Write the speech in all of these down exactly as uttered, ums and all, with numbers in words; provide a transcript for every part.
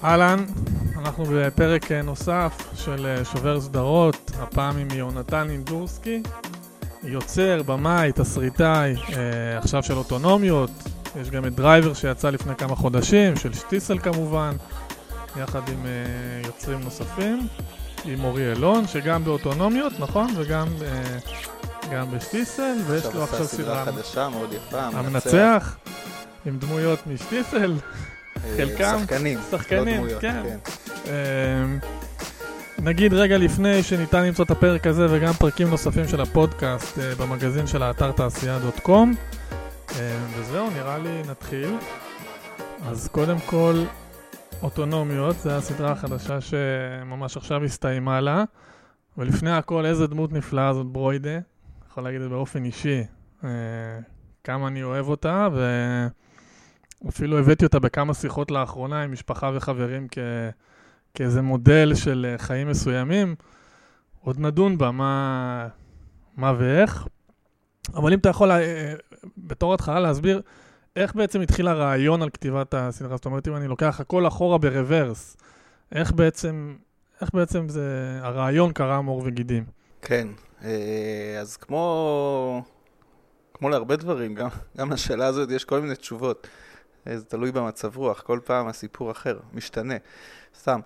אהלן, אנחנו בפרק נוסף של שובר סדרות, הפעם עם יונתן אינדורסקי, יוצר, במאי, תסריטאי, אה, עכשיו של אוטונומיות, יש גם את דרייבר שיצא לפני כמה חודשים, של שטיסל כמובן, יחד עם אה, יוצרים נוספים, עם אורי אלון, שגם באוטונומיות, נכון? וגם אה, גם בשטיסל, ויש לו עכשיו סדרה חדשה מאוד יפה, המנצח, עם דמויות משטיסל. חלקם, שחקנים, שחקנים, לא דמויות, כן. כן. נגיד רגע לפני שניתן למצוא את הפרק הזה וגם פרקים נוספים של הפודקאסט במגזין של האתר תעשייה דוט קום. וזהו, נראה לי נתחיל. אז קודם כל, אוטונומיות, זה הסדרה החדשה שממש עכשיו הסתיימה לה. ולפני הכל, איזה דמות נפלאה זאת ברוידה. יכול להגיד את באופן אישי, כמה אני אוהב אותה, ו... אפילו הבאתי אותה בכמה שיחות לאחרונה עם משפחה וחברים כ... כאיזה מודל של חיים מסוימים. עוד נדון בה מה, מה ואיך. אבל אם אתה יכול בתור התחלה להסביר איך בעצם התחיל הרעיון על כתיבת הסדרה. זאת אומרת, אם אני לוקח הכל אחורה ברוורס, איך בעצם, איך בעצם זה, הרעיון קרא מור וגידים? כן, אז כמו, כמו להרבה דברים, גם, גם לשאלה הזאת יש כל מיני תשובות. זה תלוי במצב רוח, כל פעם הסיפור אחר, משתנה, סתם.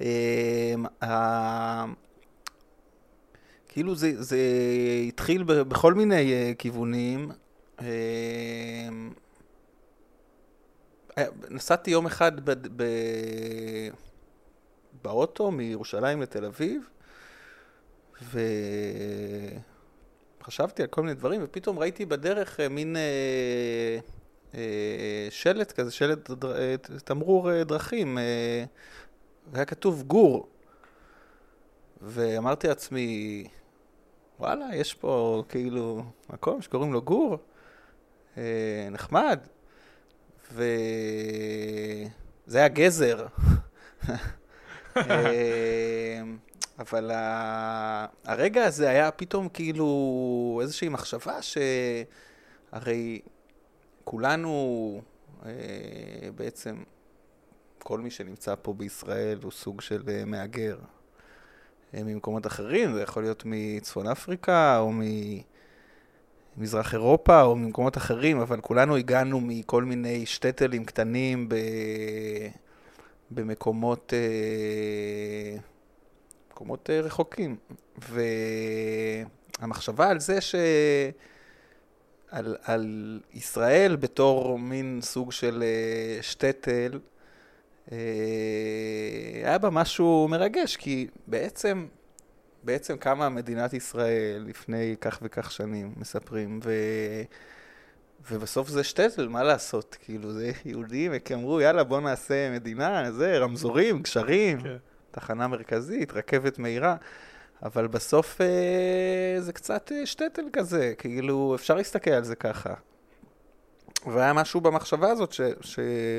כאילו זה, זה התחיל בכל מיני כיוונים. נסעתי יום אחד ב, ב, באוטו מירושלים לתל אביב, וחשבתי על כל מיני דברים, ופתאום ראיתי בדרך מין... שלט כזה, שלט תמרור דרכים, היה כתוב גור, ואמרתי לעצמי, וואלה, יש פה כאילו מקום שקוראים לו גור, נחמד, וזה היה גזר, אבל הרגע הזה היה פתאום כאילו איזושהי מחשבה שהרי כולנו, אה, בעצם, כל מי שנמצא פה בישראל הוא סוג של אה, מאגר. אה, ממקומות אחרים, זה יכול להיות מצפון אפריקה, או ממזרח אירופה, או ממקומות אחרים, אבל כולנו הגענו מכל מיני שטטלים קטנים ב... במקומות אה, מקומות אה, רחוקים. והמחשבה על זה ש... על, על ישראל בתור מין סוג של uh, שטטל, uh, היה בה משהו מרגש, כי בעצם, בעצם קמה מדינת ישראל לפני כך וכך שנים, מספרים, ו, ובסוף זה שטטל, מה לעשות? כאילו זה יהודים, אמרו, יאללה בוא נעשה מדינה, זה רמזורים, גשרים, okay. תחנה מרכזית, רכבת מהירה, אבל בסוף אה, זה קצת שטטל כזה, כאילו אפשר להסתכל על זה ככה. והיה משהו במחשבה הזאת ש... ש...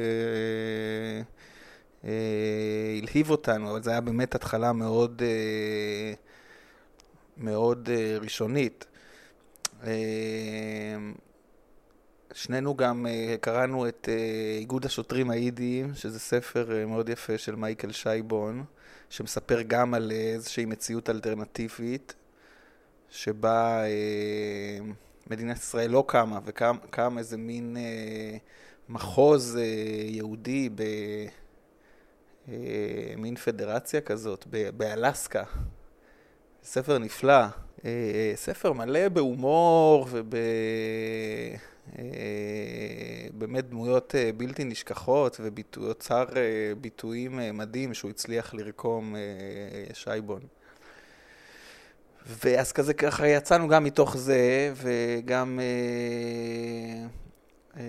אה, הלהיב אותנו, אבל זה היה באמת התחלה מאוד, אה, מאוד אה, ראשונית. אה, שנינו גם אה, קראנו את אה, איגוד השוטרים האידיים, שזה ספר אה, מאוד יפה של מייקל שייבון, שמספר גם על איזושהי מציאות אלטרנטיבית, שבה אה, מדינת ישראל לא קמה, וקם קם איזה מין אה, מחוז אה, יהודי, ב, אה, מין פדרציה כזאת, ב, באלסקה. ספר נפלא, אה, ספר מלא בהומור וב... באמת דמויות בלתי נשכחות ויוצר ביטויים מדהים שהוא הצליח לרקום, שייבון. ואז כזה ככה יצאנו גם מתוך זה, וגם אה, אה,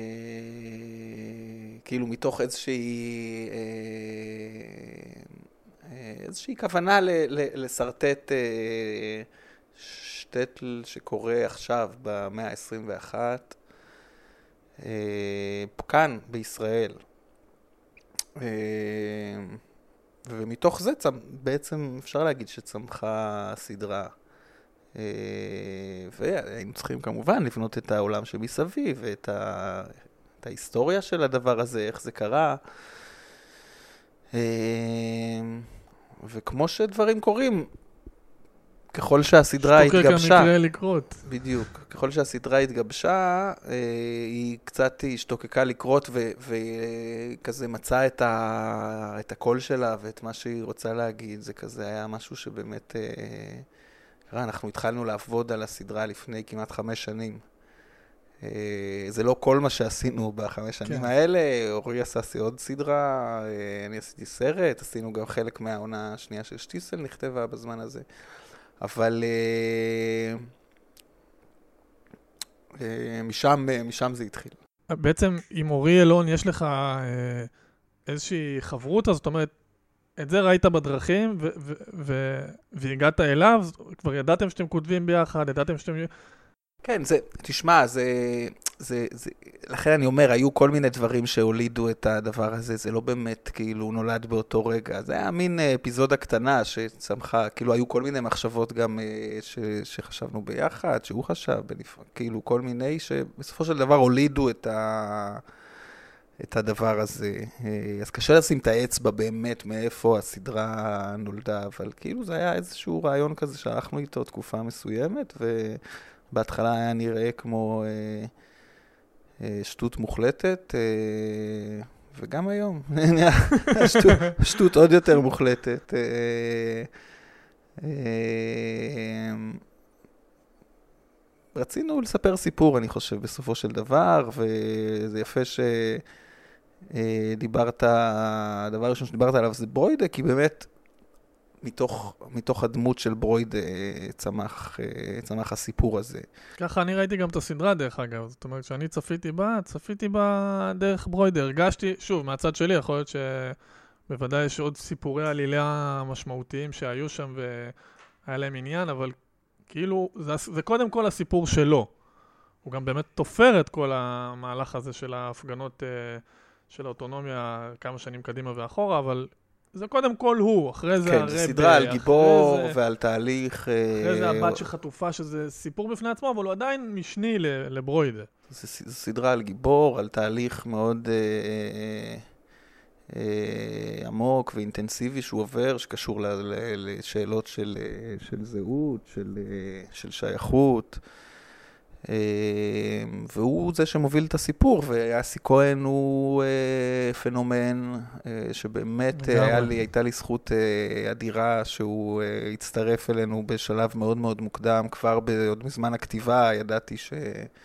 כאילו מתוך איזושהי אה, איזושהי כוונה ל, ל, לסרטט אה, שטטל שקורה עכשיו במאה ה-עשרים ואחת, אה, כאן בישראל. אה, ומתוך זה צמ, בעצם אפשר להגיד שצמחה סדרה. אה, והיינו צריכים כמובן לבנות את העולם שמסביב, ואת ה, את ההיסטוריה של הדבר הזה, איך זה קרה. וכמו שדברים קורים, ככל שהסדרה התגבשה... שתוקק המקרה לקרות. בדיוק. ככל שהסדרה התגבשה, היא קצת השתוקקה לקרות, וכזה מצאה את, ה... את הקול שלה ואת מה שהיא רוצה להגיד. זה כזה היה משהו שבאמת... אנחנו התחלנו לעבוד על הסדרה לפני כמעט חמש שנים. זה לא כל מה שעשינו בחמש שנים כן. האלה. אורי עשה עוד סדרה, אני עשיתי סרט, עשינו גם חלק מהעונה השנייה של שטיסל, נכתבה בזמן הזה. אבל משם, משם זה התחיל. בעצם עם אורי אלון יש לך איזושהי חברות, זאת אומרת, את זה ראית בדרכים ו- ו- ו- והגעת אליו, כבר ידעתם שאתם כותבים ביחד, ידעתם שאתם... כן, זה, תשמע, זה, זה, זה, לכן אני אומר, היו כל מיני דברים שהולידו את הדבר הזה, זה לא באמת כאילו נולד באותו רגע, זה היה מין אפיזודה קטנה שצמחה, כאילו היו כל מיני מחשבות גם ש, שחשבנו ביחד, שהוא חשב, בנפ... כאילו כל מיני שבסופו של דבר הולידו את ה... את הדבר הזה. אז קשה לשים את האצבע באמת מאיפה הסדרה נולדה, אבל כאילו זה היה איזשהו רעיון כזה שהלכנו איתו תקופה מסוימת, ובהתחלה היה נראה כמו אה, אה, שטות מוחלטת, אה, וגם היום. שטות, שטות עוד יותר מוחלטת. אה, אה, רצינו לספר סיפור, אני חושב, בסופו של דבר, וזה יפה שדיברת, הדבר הראשון שדיברת עליו זה ברוידה, כי באמת מתוך, מתוך הדמות של ברוידה צמח, צמח הסיפור הזה. ככה אני ראיתי גם את הסדרה דרך אגב, זאת אומרת שאני צפיתי בה, צפיתי בה דרך ברוידה, הרגשתי, שוב, מהצד שלי, יכול להיות שבוודאי יש עוד סיפורי עלילה משמעותיים שהיו שם והיה להם עניין, אבל כאילו, זה, זה קודם כל הסיפור שלו. הוא גם באמת תופר את כל המהלך הזה של ההפגנות uh, של האוטונומיה כמה שנים קדימה ואחורה, אבל זה קודם כל הוא, אחרי זה כן, הרב. כן, זה סדרה על גיבור זה, ועל תהליך. אחרי זה הבת שחטופה, שזה סיפור בפני עצמו, אבל הוא עדיין משני לברוידה. זה, זה סדרה על גיבור, על תהליך מאוד... אה, אה, עמוק ואינטנסיבי שהוא עובר, שקשור לשאלות של, של זהות, של, של שייכות, והוא זה שמוביל את הסיפור, ויאסי כהן הוא פנומן, שבאמת היה לי, הייתה לי זכות אדירה שהוא הצטרף אלינו בשלב מאוד מאוד מוקדם, כבר עוד מזמן הכתיבה, ידעתי ש...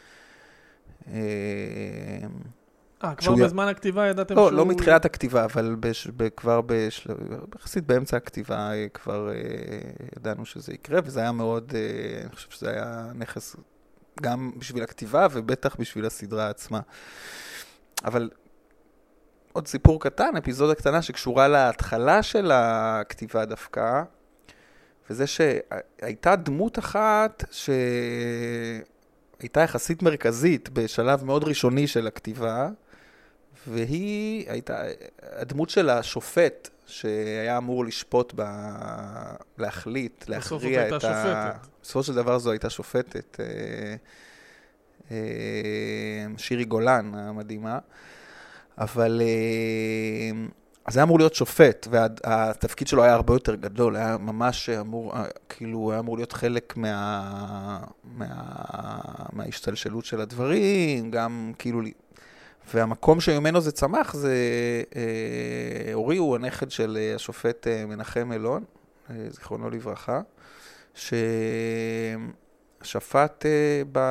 אה, כבר בזמן הכתיבה ידעתם שהוא... לא, לא מתחילת הכתיבה, אבל כבר ביחסית באמצע הכתיבה כבר ידענו שזה יקרה, וזה היה מאוד, אני חושב שזה היה נכס גם בשביל הכתיבה, ובטח בשביל הסדרה עצמה. אבל עוד סיפור קטן, אפיזודה קטנה שקשורה להתחלה של הכתיבה דווקא, וזה שהייתה דמות אחת שהייתה יחסית מרכזית בשלב מאוד ראשוני של הכתיבה, והיא הייתה הדמות של השופט שהיה אמור לשפוט בה, להחליט, להכריע את ה... שופטת. בסופו של דבר זו הייתה שופטת, שירי גולן המדהימה, אבל אז היה אמור להיות שופט, והתפקיד שלו היה הרבה יותר גדול, היה ממש אמור, כאילו, היה אמור להיות חלק מה, מה, מההשתלשלות של הדברים, גם כאילו, והמקום שממנו זה צמח, זה אה, אורי הוא הנכד של השופט מנחם אלון, אה, זיכרונו לברכה, ששפט אה, ב...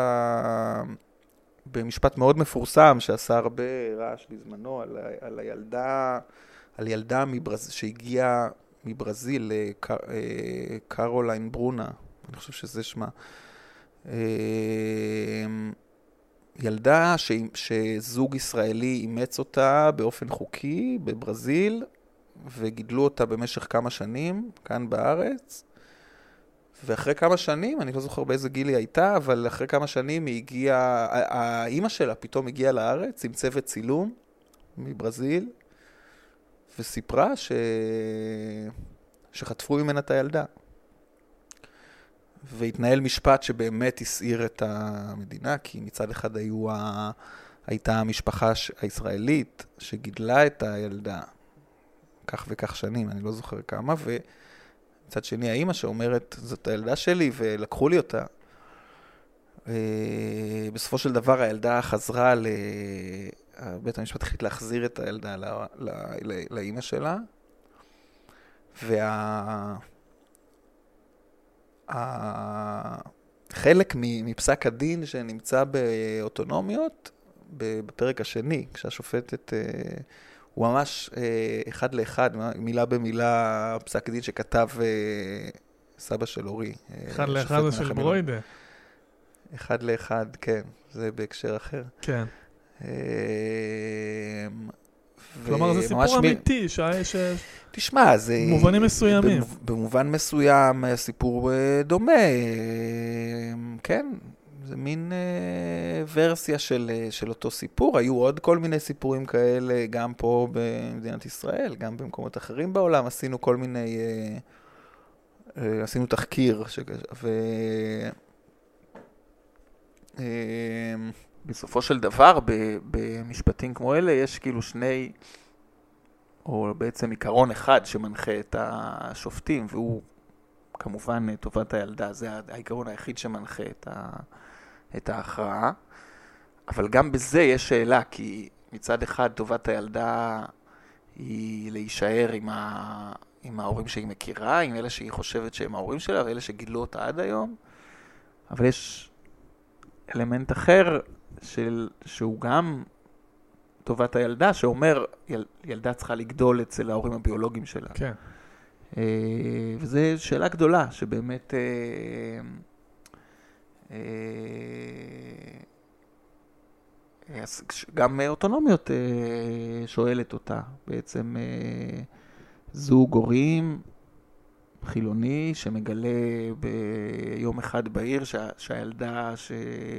במשפט מאוד מפורסם, שעשה הרבה רעש בזמנו, על, על הילדה, על ילדה מברז... שהגיעה מברזיל, לקר... אה, קרוליין ברונה, אני חושב שזה שמה. אה, ילדה ש... שזוג ישראלי אימץ אותה באופן חוקי בברזיל, וגידלו אותה במשך כמה שנים, כאן בארץ. ואחרי כמה שנים, אני לא זוכר באיזה גיל היא הייתה, אבל אחרי כמה שנים היא הגיעה, האמא שלה פתאום הגיעה לארץ עם צוות צילום מברזיל, וסיפרה ש... שחטפו ממנה את הילדה. והתנהל משפט שבאמת הסעיר את המדינה, כי מצד אחד היו ה... הייתה המשפחה הישראלית שגידלה את הילדה כך וכך שנים, אני לא זוכר כמה, ומצד שני האמא שאומרת, זאת הילדה שלי, ולקחו לי אותה. בסופו של דבר הילדה חזרה, בית המשפט החליט להחזיר את הילדה לאמא שלה, והחלק מפסק הדין שנמצא באוטונומיות, בפרק השני, כשהשופטת, הוא ממש אחד לאחד, מילה במילה, פסק דין שכתב סבא של אורי. אחד לאחד זה של ברוידה. אחד לאחד, כן, זה בהקשר אחר. כן. כלומר, זה סיפור אמיתי, שיש... תשמע, זה... במובנים מסוימים. במובן מסוים, סיפור דומה, כן. זה מין ורסיה של, של אותו סיפור. היו עוד כל מיני סיפורים כאלה, גם פה במדינת ישראל, גם במקומות אחרים בעולם. עשינו כל מיני... עשינו תחקיר, ו... בסופו של דבר, במשפטים כמו אלה, יש כאילו שני, או בעצם עיקרון אחד שמנחה את השופטים, והוא כמובן טובת הילדה, זה העיקרון היחיד שמנחה את, ה, את ההכרעה. אבל גם בזה יש שאלה, כי מצד אחד טובת הילדה היא להישאר עם, ה, עם ההורים שהיא מכירה, עם אלה שהיא חושבת שהם ההורים שלה, ואלה שגידלו אותה עד היום. אבל יש אלמנט אחר של, שהוא גם טובת הילדה, שאומר, יל, ילדה צריכה לגדול אצל ההורים הביולוגיים שלה. כן. אה, וזו שאלה גדולה, שבאמת אה, אה, גם אוטונומיות אה, שואלת אותה. בעצם אה, זוג הורים חילוני שמגלה ביום אחד בעיר שה, שהילדה ש...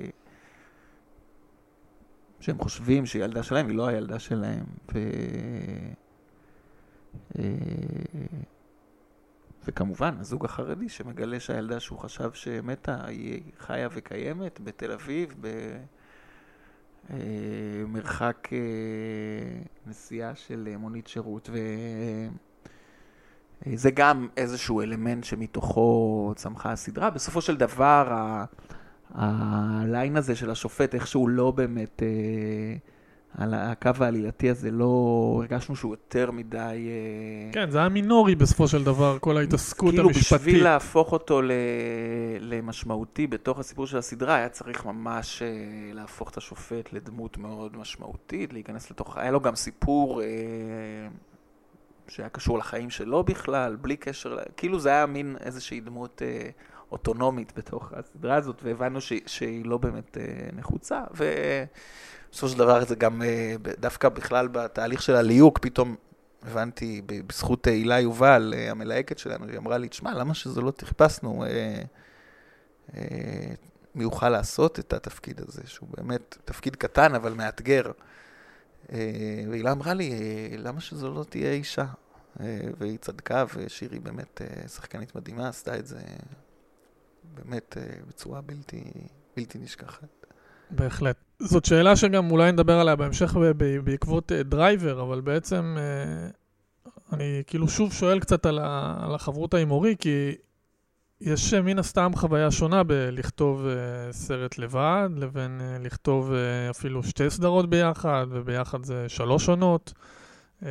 שהם חושבים שהיא ילדה שלהם, היא לא הילדה שלהם. ו... וכמובן, הזוג החרדי שמגלה שהילדה שהוא חשב שמתה, היא חיה וקיימת בתל אביב, במרחק נסיעה של מונית שירות, ו... זה גם איזשהו אלמנט שמתוכו צמחה הסדרה. בסופו של דבר, הליין הזה של השופט, איכשהו לא באמת, על הקו העלילתי הזה, לא הרגשנו שהוא יותר מדי... כן, זה היה מינורי בסופו של דבר, כל ההתעסקות כאילו המשפטית. כאילו בשביל להפוך אותו למשמעותי בתוך הסיפור של הסדרה, היה צריך ממש להפוך את השופט לדמות מאוד משמעותית, להיכנס לתוך... היה לו גם סיפור... שהיה קשור לחיים שלו בכלל, בלי קשר, כאילו זה היה מין איזושהי דמות אה, אוטונומית בתוך הסדרה הזאת, והבנו ש, שהיא לא באמת אה, נחוצה, ובסופו של דבר זה גם אה, דווקא בכלל בתהליך של הליוק, פתאום הבנתי בזכות הילה יובל, אה, המלהקת שלנו, היא אמרה לי, תשמע, למה שזה לא תחפשנו, אה, אה, מי יוכל לעשות את התפקיד הזה, שהוא באמת תפקיד קטן אבל מאתגר. והילה אמרה לי, למה שזו לא תהיה אישה? והיא צדקה, ושירי באמת שחקנית מדהימה, עשתה את זה באמת בצורה בלתי, בלתי נשכחת. בהחלט. זאת שאלה שגם אולי נדבר עליה בהמשך בעקבות דרייבר, אבל בעצם אני כאילו שוב שואל קצת על החברות ההימורי, כי יש מן הסתם חוויה שונה בלכתוב uh, סרט לבד, לבין uh, לכתוב uh, אפילו שתי סדרות ביחד, וביחד זה שלוש עונות. Uh,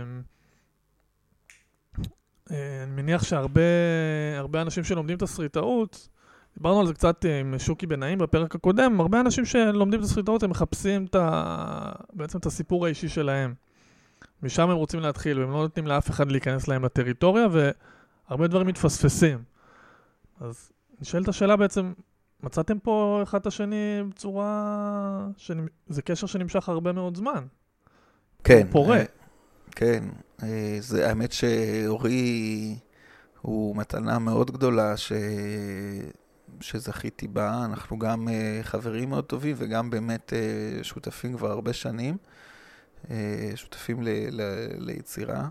uh, אני מניח שהרבה הרבה אנשים שלומדים תסריטאות, דיברנו על זה קצת uh, עם שוקי בנאים בפרק הקודם, הרבה אנשים שלומדים תסריטאות הם מחפשים את ה, בעצם את הסיפור האישי שלהם. משם הם רוצים להתחיל, והם לא נותנים לאף אחד להיכנס להם לטריטוריה, והרבה דברים מתפספסים. אז נשאלת השאלה בעצם, מצאתם פה אחד את השני בצורה, זה קשר שנמשך הרבה מאוד זמן. כן. פורה. כן. זה האמת שאורי הוא מתנה מאוד גדולה ש... שזכיתי בה. אנחנו גם חברים מאוד טובים וגם באמת שותפים כבר הרבה שנים. שותפים ל... ל... ליצירה.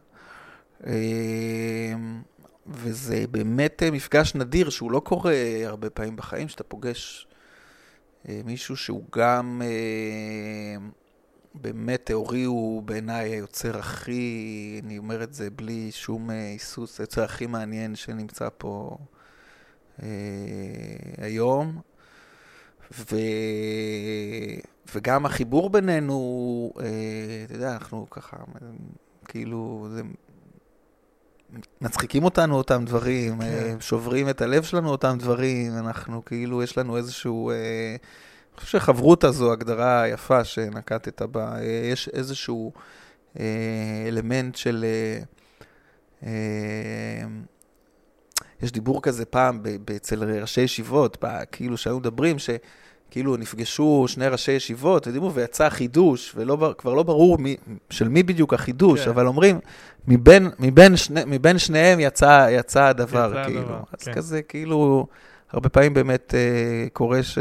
וזה באמת מפגש נדיר שהוא לא קורה הרבה פעמים בחיים, שאתה פוגש מישהו שהוא גם, באמת תיאורי הוא בעיניי היוצר הכי, אני אומר את זה בלי שום היסוס, היוצר הכי מעניין שנמצא פה אה, היום. ו... וגם החיבור בינינו, אה, אתה יודע, אנחנו ככה, כאילו, זה... מצחיקים אותנו אותם דברים, כן. שוברים את הלב שלנו אותם דברים, אנחנו כאילו, יש לנו איזשהו, אה, אני חושב שחברות הזו, הגדרה יפה שנקטת בה, יש איזשהו אה, אלמנט של, אה, אה, יש דיבור כזה פעם אצל ראשי ישיבות, כאילו שהיו מדברים ש... כאילו נפגשו שני ראשי ישיבות, ודיברו, ויצא חידוש, וכבר לא ברור מי, של מי בדיוק החידוש, כן. אבל אומרים, מבין, מבין, שני, מבין שניהם יצא, יצא הדבר, יצא כאילו. הדבר, אז כן. כזה, כאילו, הרבה פעמים באמת uh, קורה ש...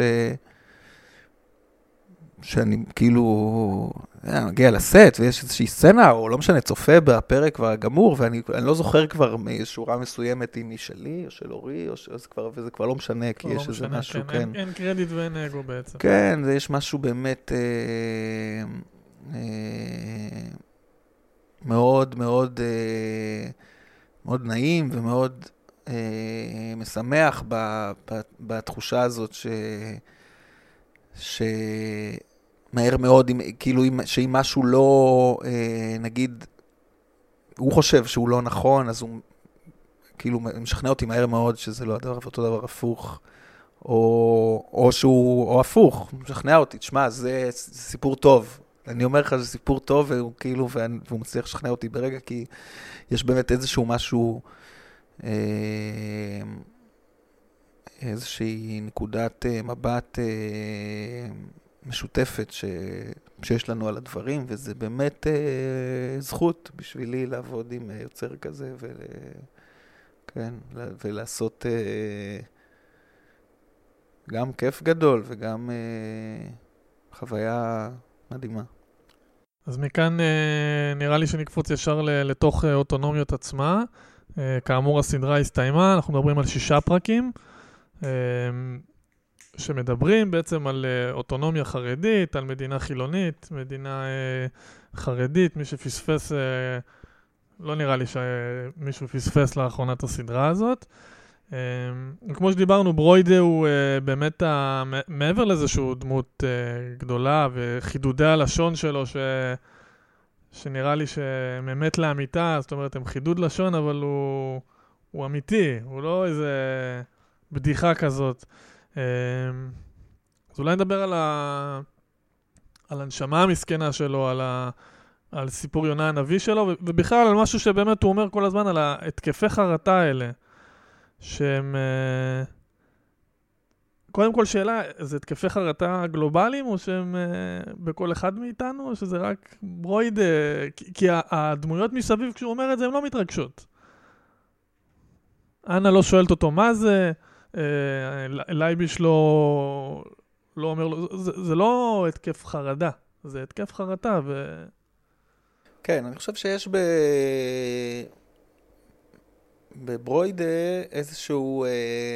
שאני כאילו, מגיע לסט, ויש איזושהי סצנה, או לא משנה, צופה בפרק כבר גמור, ואני לא זוכר כבר שורה מסוימת אם היא שלי, או של אורי, או ש... כבר, וזה כבר לא משנה, כי יש איזה משהו, כן. אין, אין קרדיט ואין אגו בעצם. כן, ויש משהו באמת אה, אה, מאוד מאוד אה, מאוד נעים, ומאוד אה, משמח ב, ב, בתחושה הזאת ש... ש... מהר מאוד, כאילו, שאם משהו לא, נגיד, הוא חושב שהוא לא נכון, אז הוא, כאילו, משכנע אותי מהר מאוד שזה לא הדבר, ואותו דבר הפוך, או, או שהוא, או הפוך, משכנע אותי, תשמע, זה, זה סיפור טוב. אני אומר לך, זה סיפור טוב, והוא כאילו, והוא מצליח לשכנע אותי ברגע, כי יש באמת איזשהו משהו, איזושהי נקודת מבט משותפת ש... שיש לנו על הדברים, וזה באמת אה, זכות בשבילי לעבוד עם יוצר כזה, ול... כן, ולעשות אה, גם כיף גדול וגם אה, חוויה מדהימה. אז מכאן אה, נראה לי שנקפוץ ישר לתוך אוטונומיות עצמה. אה, כאמור, הסדרה הסתיימה, אנחנו מדברים על שישה פרקים. אה, שמדברים בעצם על אוטונומיה חרדית, על מדינה חילונית, מדינה חרדית, מי שפספס, לא נראה לי שמישהו פספס לאחרונה את הסדרה הזאת. כמו שדיברנו, ברוידה הוא באמת, מעבר לזה שהוא דמות גדולה, וחידודי הלשון שלו, ש... שנראה לי שמאמת לאמיתה, זאת אומרת, הם חידוד לשון, אבל הוא, הוא אמיתי, הוא לא איזה בדיחה כזאת. אז אולי נדבר על, ה... על הנשמה המסכנה שלו, על, ה... על סיפור יונה הנביא שלו, ובכלל על משהו שבאמת הוא אומר כל הזמן, על ההתקפי חרטה האלה, שהם... קודם כל שאלה, זה התקפי חרטה גלובליים, או שהם בכל אחד מאיתנו, או שזה רק ברויד, כי, כי הדמויות מסביב, כשהוא אומר את זה, הן לא מתרגשות. אנה לא שואלת אותו מה זה, לייביש לא, לא אומר לו, זה, זה לא התקף חרדה, זה התקף חרטה. ו... כן, אני חושב שיש ב... בברוידה איזשהו,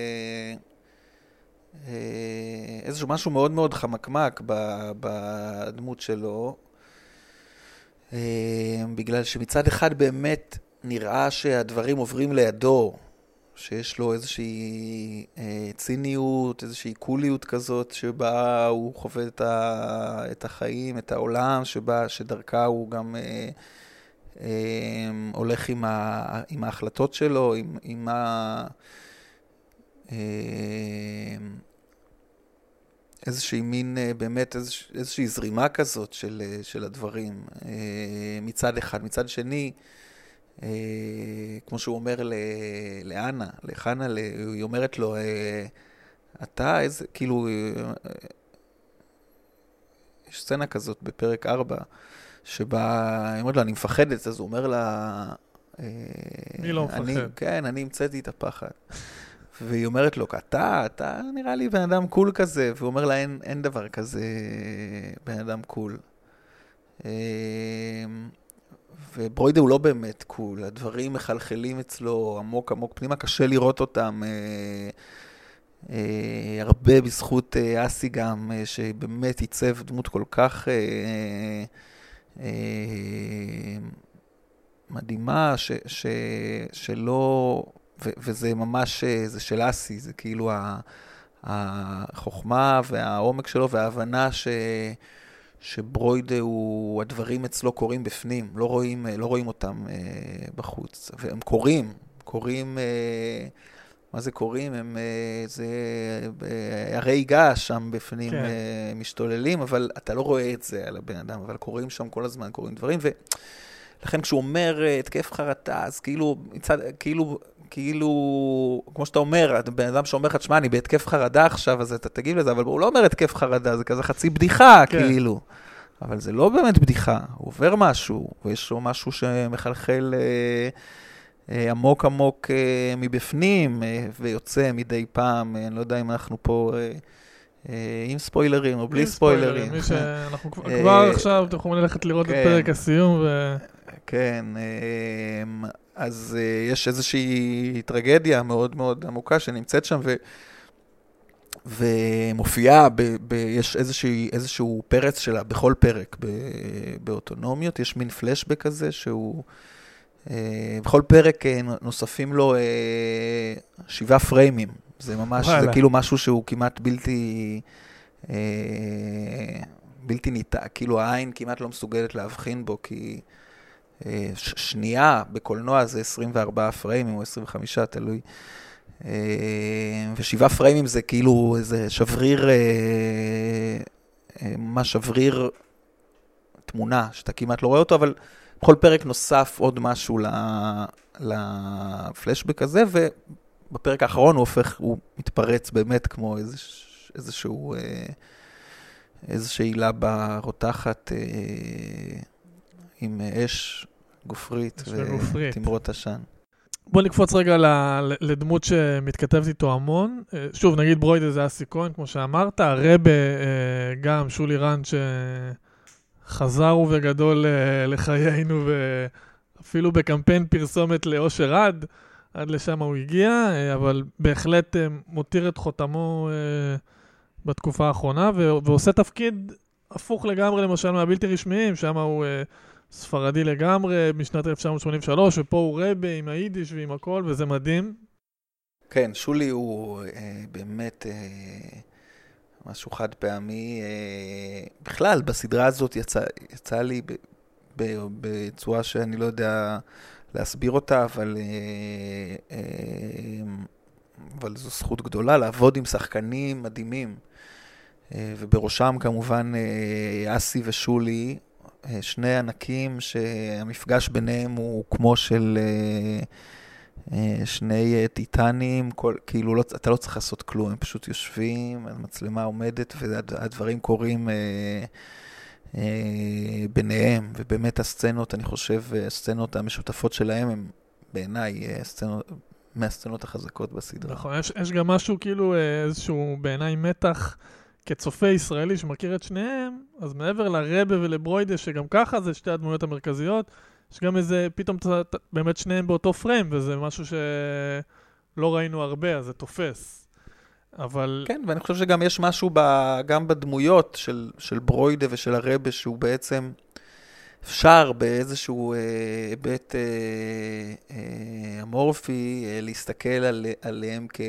איזשהו משהו מאוד מאוד חמקמק בדמות שלו, בגלל שמצד אחד באמת נראה שהדברים עוברים לידו, שיש לו איזושהי אה, ציניות, איזושהי קוליות כזאת, שבה הוא חווה את, ה, את החיים, את העולם, שבה, שדרכה הוא גם אה, אה, הולך עם, ה, עם ההחלטות שלו, עם, עם ה... אה, איזושהי מין, אה, באמת איזוש, איזושהי זרימה כזאת של, של הדברים, אה, מצד אחד. מצד שני, Uh, כמו שהוא אומר ל- לאנה, לחנה, ל- היא אומרת לו, uh, אתה איזה, כאילו, uh, יש סצנה כזאת בפרק ארבע, שבה, היא אומרת לו, אני מפחדת, אז הוא אומר לה, uh, מי לא אני, מפחד? כן, אני המצאתי את הפחד. והיא אומרת לו, אתה, אתה נראה לי בן אדם קול כזה, והוא אומר לה, אין, אין דבר כזה בן אדם קול. Uh, וברוידה הוא לא באמת קול, הדברים מחלחלים אצלו עמוק עמוק פנימה, קשה לראות אותם, אה, אה, הרבה בזכות אה, אסי גם, אה, שבאמת ייצב דמות כל כך אה, מדהימה, ש, ש, שלא, ו, וזה ממש, זה של אסי, זה כאילו החוכמה והעומק שלו וההבנה ש, שברוידה הוא, הדברים אצלו קורים בפנים, לא רואים, לא רואים אותם בחוץ, והם קורים, קורים, מה זה קורים? הם, זה הרי געש שם בפנים כן. משתוללים, אבל אתה לא רואה את זה על הבן אדם, אבל קורים שם כל הזמן, קורים דברים, ולכן כשהוא אומר התקף חרטה, אז כאילו, כאילו, כאילו, כמו שאתה אומר, בן אדם שאומר לך, תשמע, אני בהתקף חרדה עכשיו, אז אתה תגיב לזה, אבל הוא לא אומר התקף חרדה, זה כזה חצי בדיחה, כן. כאילו. אבל זה לא באמת בדיחה, הוא עובר משהו, ויש לו משהו שמחלחל אה, עמוק עמוק אה, מבפנים, אה, ויוצא מדי פעם, אה, אני לא יודע אם אנחנו פה אה, אה, עם ספוילרים או בלי ספוילרים. מי שאנחנו כבר עכשיו, אתם יכולים ללכת לראות את פרק הסיום. ו... כן, אה, אז uh, יש איזושהי טרגדיה מאוד מאוד עמוקה שנמצאת שם, ו, ומופיעה, ב, ב, יש איזשהו, איזשהו פרץ שלה בכל פרק ב, באוטונומיות, יש מין פלשבק כזה שהוא, uh, בכל פרק uh, נוספים לו uh, שבעה פריימים, זה ממש, וואלה. זה כאילו משהו שהוא כמעט בלתי, uh, בלתי ניתן, כאילו העין כמעט לא מסוגלת להבחין בו, כי... שנייה בקולנוע זה עשרים וארבעה פריימים או עשרים וחמישה, תלוי. ושבעה פריימים זה כאילו איזה שבריר, מה שבריר תמונה, שאתה כמעט לא רואה אותו, אבל בכל פרק נוסף עוד משהו לפלשבק הזה, ובפרק האחרון הוא הופך, הוא מתפרץ באמת כמו איזשהו, איזושהי לבה רותחת, עם אש גופרית ותמרות עשן. בוא נקפוץ רגע לדמות שמתכתבת איתו המון. שוב, נגיד ברוידה זה אסי כהן, כמו שאמרת, הרבה גם שולי רנד שחזר ובגדול לחיינו, ואפילו בקמפיין פרסומת לאושר עד, עד לשם הוא הגיע, אבל בהחלט מותיר את חותמו בתקופה האחרונה, ועושה תפקיד הפוך לגמרי, למשל מהבלתי רשמיים, שם הוא ספרדי לגמרי, משנת אלף תשע מאות שמונים ושלוש, ופה הוא רבה עם היידיש ועם הכל, וזה מדהים. כן, שולי הוא אה, באמת אה, משהו חד פעמי. אה, בכלל, בסדרה הזאת יצא, יצא לי ב, ב, בצורה שאני לא יודע להסביר אותה, אבל, אה, אה, אבל זו זכות גדולה לעבוד עם שחקנים מדהימים. ובראשם כמובן אסי ושולי, שני ענקים שהמפגש ביניהם הוא כמו של שני טיטנים, כל, כאילו לא, אתה לא צריך לעשות כלום, הם פשוט יושבים, המצלמה עומדת והדברים קורים ביניהם, ובאמת הסצנות, אני חושב, הסצנות המשותפות שלהם הם בעיניי הסצנות, מהסצנות החזקות בסדרה. נכון, יש, יש גם משהו כאילו איזשהו בעיניי מתח, כצופה ישראלי שמכיר את שניהם, אז מעבר לרבה ולברוידה, שגם ככה זה שתי הדמויות המרכזיות, יש גם איזה, פתאום באמת שניהם באותו פריים, וזה משהו שלא ראינו הרבה, אז זה תופס. אבל... כן, ואני חושב שגם יש משהו ב, גם בדמויות של, של ברוידה ושל הרבה, שהוא בעצם אפשר באיזשהו היבט אה, אה, אה, אמורפי, אה, להסתכל על, עליהם כ...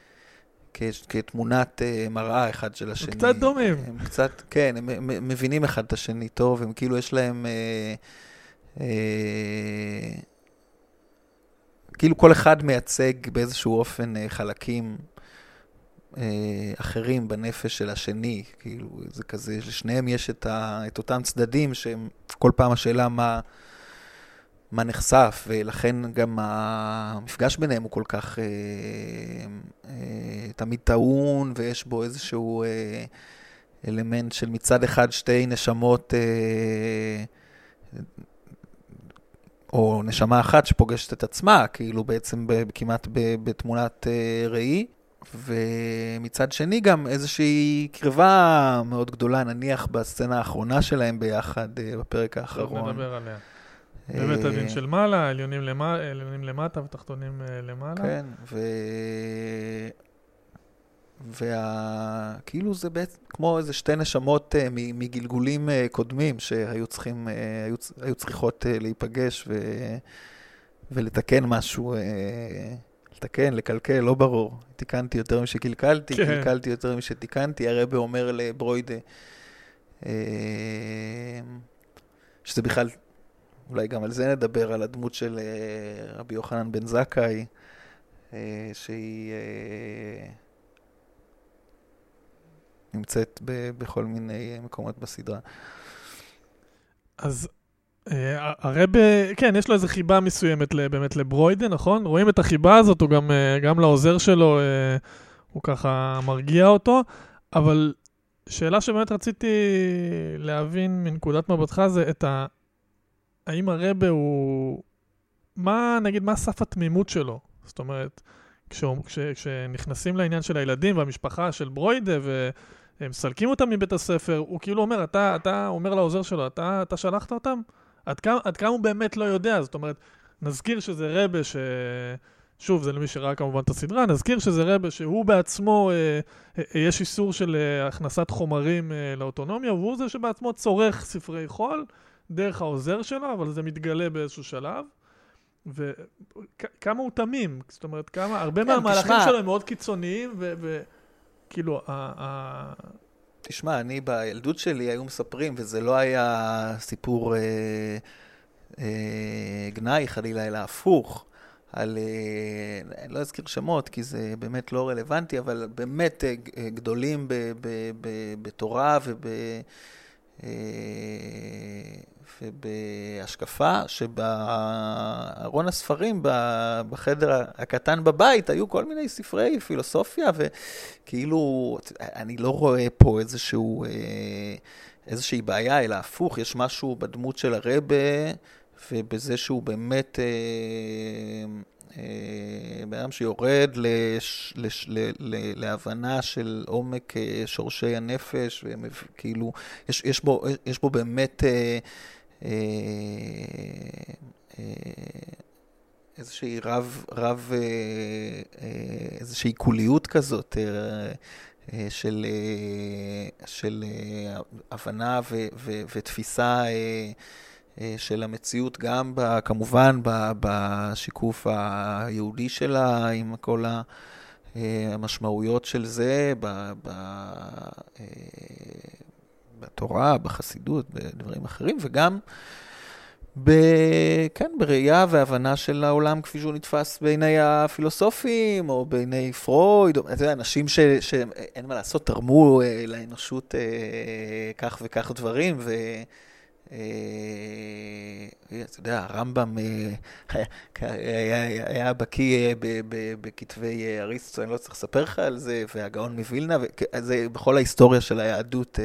כתמונת מראה אחד של השני. קצת דומים. הם קצת, כן, הם מבינים אחד את השני טוב, הם כאילו יש להם, אה, אה, כאילו כל אחד מייצג באיזשהו אופן אה, חלקים אה, אחרים בנפש של השני, כאילו זה כזה, לשניהם יש את, ה, את אותם צדדים, שהם כל פעם השאלה מה, מה נחשף, ולכן גם המפגש ביניהם הוא כל כך אה, אה, תמיד טעון, ויש בו איזשהו אה, אלמנט של מצד אחד שתי נשמות, אה, או נשמה אחת שפוגשת את עצמה, כאילו בעצם ב, כמעט ב, בתמונת אה, ראי, ומצד שני גם איזושהי קרבה מאוד גדולה, נניח בסצנה האחרונה שלהם ביחד, אה, בפרק האחרון. נדבר עליה. בבית הדין של מעלה, עליונים למטה, עליונים למטה ותחתונים למעלה. כן, ו... וכאילו זה בעצם כמו איזה שתי נשמות מגלגולים קודמים שהיו צריכים, היו, היו צריכות להיפגש ו, ולתקן משהו, לתקן, לקלקל, לא ברור. תיקנתי יותר משקלקלתי, כן. קלקלתי יותר משתיקנתי. הרב אומר לברוידה, שזה בכלל, אולי גם על זה נדבר, על הדמות של רבי יוחנן בן זכאי, שהיא נמצאת ב- בכל מיני מקומות בסדרה. אז הרב, כן, יש לו איזו חיבה מסוימת באמת לברוידה, נכון? רואים את החיבה הזאת, הוא גם, גם לעוזר שלו, הוא ככה מרגיע אותו, אבל שאלה שבאמת רציתי להבין מנקודת מבטך זה את ה... האם הרב הוא... מה, נגיד, מה סף התמימות שלו? זאת אומרת, כשהוא, כש, כשנכנסים לעניין של הילדים והמשפחה של ברוידה והם סלקים אותם מבית הספר, הוא כאילו אומר, אתה, אתה אומר לעוזר שלו, אתה, אתה שלחת אותם? עד כמה, עד כמה הוא באמת לא יודע? זאת אומרת, נזכיר שזה רבה ש... שוב, זה למי שראה כמובן את הסדרה, נזכיר שזה רבה שהוא בעצמו, אה, אה, יש איסור של אה, הכנסת חומרים אה, לאוטונומיה, והוא זה שבעצמו צורך ספרי חול דרך העוזר שלו, אבל זה מתגלה באיזשהו שלב. וכמה הוא תמים, זאת אומרת, כמה, הרבה מהמהלכים שלו הם מאוד קיצוניים, וכאילו, תשמע, אני בילדות שלי היו מספרים, וזה לא היה סיפור גנאי, חלילה, אלא הפוך, על, אני לא אזכיר שמות, כי זה באמת לא רלוונטי, אבל באמת גדולים בתורה וב... ובהשקפה שבארון הספרים בחדר הקטן בבית היו כל מיני ספרי פילוסופיה, וכאילו אני לא רואה פה איזשהו איזושהי בעיה, אלא הפוך, יש משהו בדמות של הרבה ובזה שהוא באמת בעם שיורד לש, לש, ל, ל, להבנה של עומק שורשי הנפש, וכאילו יש, יש בו, יש בו באמת אה, אה, אה, איזושהי רב, רב, אה, אה, איזושהי קוליות כזאת אה, אה, של, אה, של אה, הבנה ו, ו, ותפיסה אה, של המציאות, גם ב, כמובן ב, בשיקוף היהודי שלה, עם כל המשמעויות של זה, ב, ב, בתורה, בחסידות, בדברים אחרים, וגם ב, כן, בראייה והבנה של העולם כפי שהוא נתפס בעיני הפילוסופים, או בעיני פרויד, או, אתה יודע, אנשים ש, שאין מה לעשות, תרמו לאנושות כך וכך דברים, ו... אתה יודע, הרמב"ם היה בקיא בכתבי אריסטו, אני לא צריך לספר לך על זה, והגאון מווילנה, זה בכל ההיסטוריה של היהדות,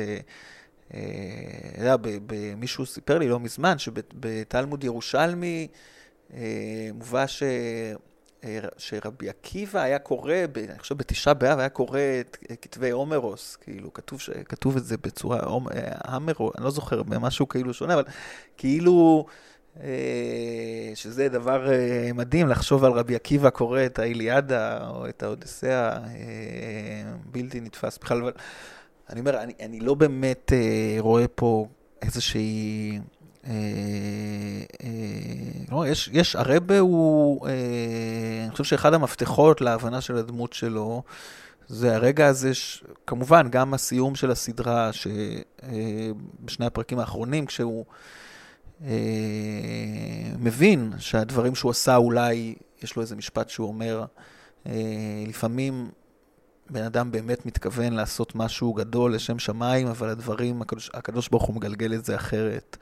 מישהו סיפר לי לא מזמן, שבתלמוד ירושלמי מובא ש... שרבי עקיבא היה קורא, אני חושב בתשעה באב היה קורא את כתבי הומרוס, כאילו כתוב, כתוב את זה בצורה, המרוס, אני לא זוכר, משהו כאילו שונה, אבל כאילו שזה דבר מדהים לחשוב על רבי עקיבא קורא את האיליאדה או את האודיסאה, בלתי נתפס בכלל, אבל אני אומר, אני, אני לא באמת רואה פה איזושהי... לא, יש, יש, הרבה הוא, אני חושב שאחד המפתחות להבנה של הדמות שלו, זה הרגע הזה, כמובן, גם הסיום של הסדרה, שבשני הפרקים האחרונים, כשהוא מבין שהדברים שהוא עשה, אולי, יש לו איזה משפט שהוא אומר, לפעמים בן אדם באמת מתכוון לעשות משהו גדול לשם שמיים, אבל הדברים, הקדוש, הקדוש ברוך הוא מגלגל את זה אחרת.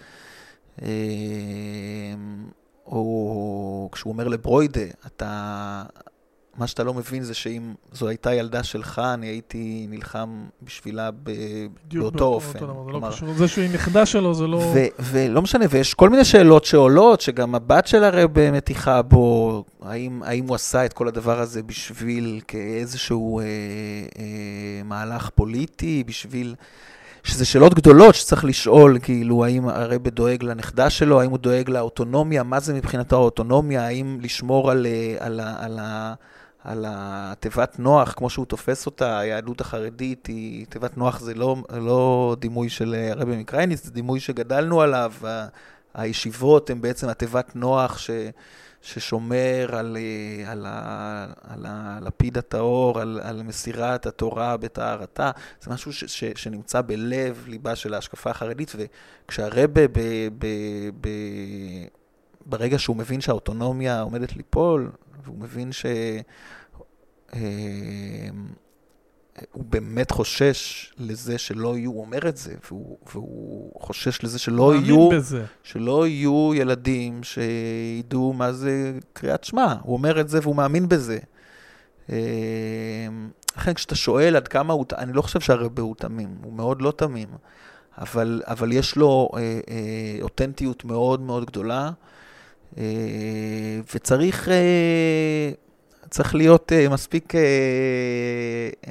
או כשהוא אומר לברוידה, אתה, מה שאתה לא מבין זה שאם זו הייתה ילדה שלך, אני הייתי נלחם בשבילה באותו אופן. זה שהיא נכדה שלו, זה לא... ולא משנה, ויש כל מיני שאלות שעולות, שגם הבת של הרב מתיחה בו, האם הוא עשה את כל הדבר הזה בשביל כאיזשהו מהלך פוליטי, בשביל... שזה שאלות גדולות שצריך לשאול, כאילו, האם הרב דואג לנכדה שלו, האם הוא דואג לאוטונומיה, מה זה מבחינתו האוטונומיה, האם לשמור על, על, על, על התיבת נוח, כמו שהוא תופס אותה, היהדות החרדית, היא, תיבת נוח זה לא, לא דימוי של הרבי מקרייניץ, זה דימוי שגדלנו עליו, הישיבות הן בעצם התיבת נוח ש, ששומר על, על, ה, על הלפיד הטהור, על, על מסירת התורה בטהרתה, זה משהו ש, ש, שנמצא בלב ליבה של ההשקפה החרדית, וכשהרבי ב, ב, ב, ברגע שהוא מבין שהאוטונומיה עומדת ליפול, והוא מבין ש... הוא באמת חושש לזה שלא יהיו, הוא אומר את זה, והוא, והוא חושש לזה שלא יהיו, בזה. שלא יהיו ילדים שידעו מה זה קריאת שמע. הוא אומר את זה והוא מאמין בזה. לכן כשאתה שואל עד כמה הוא, אני לא חושב שהרבי הוא תמים, הוא מאוד לא תמים, אבל, אבל יש לו אה, אה, אותנטיות מאוד מאוד גדולה, אה, וצריך... אה, צריך להיות uh, מספיק... Uh, uh,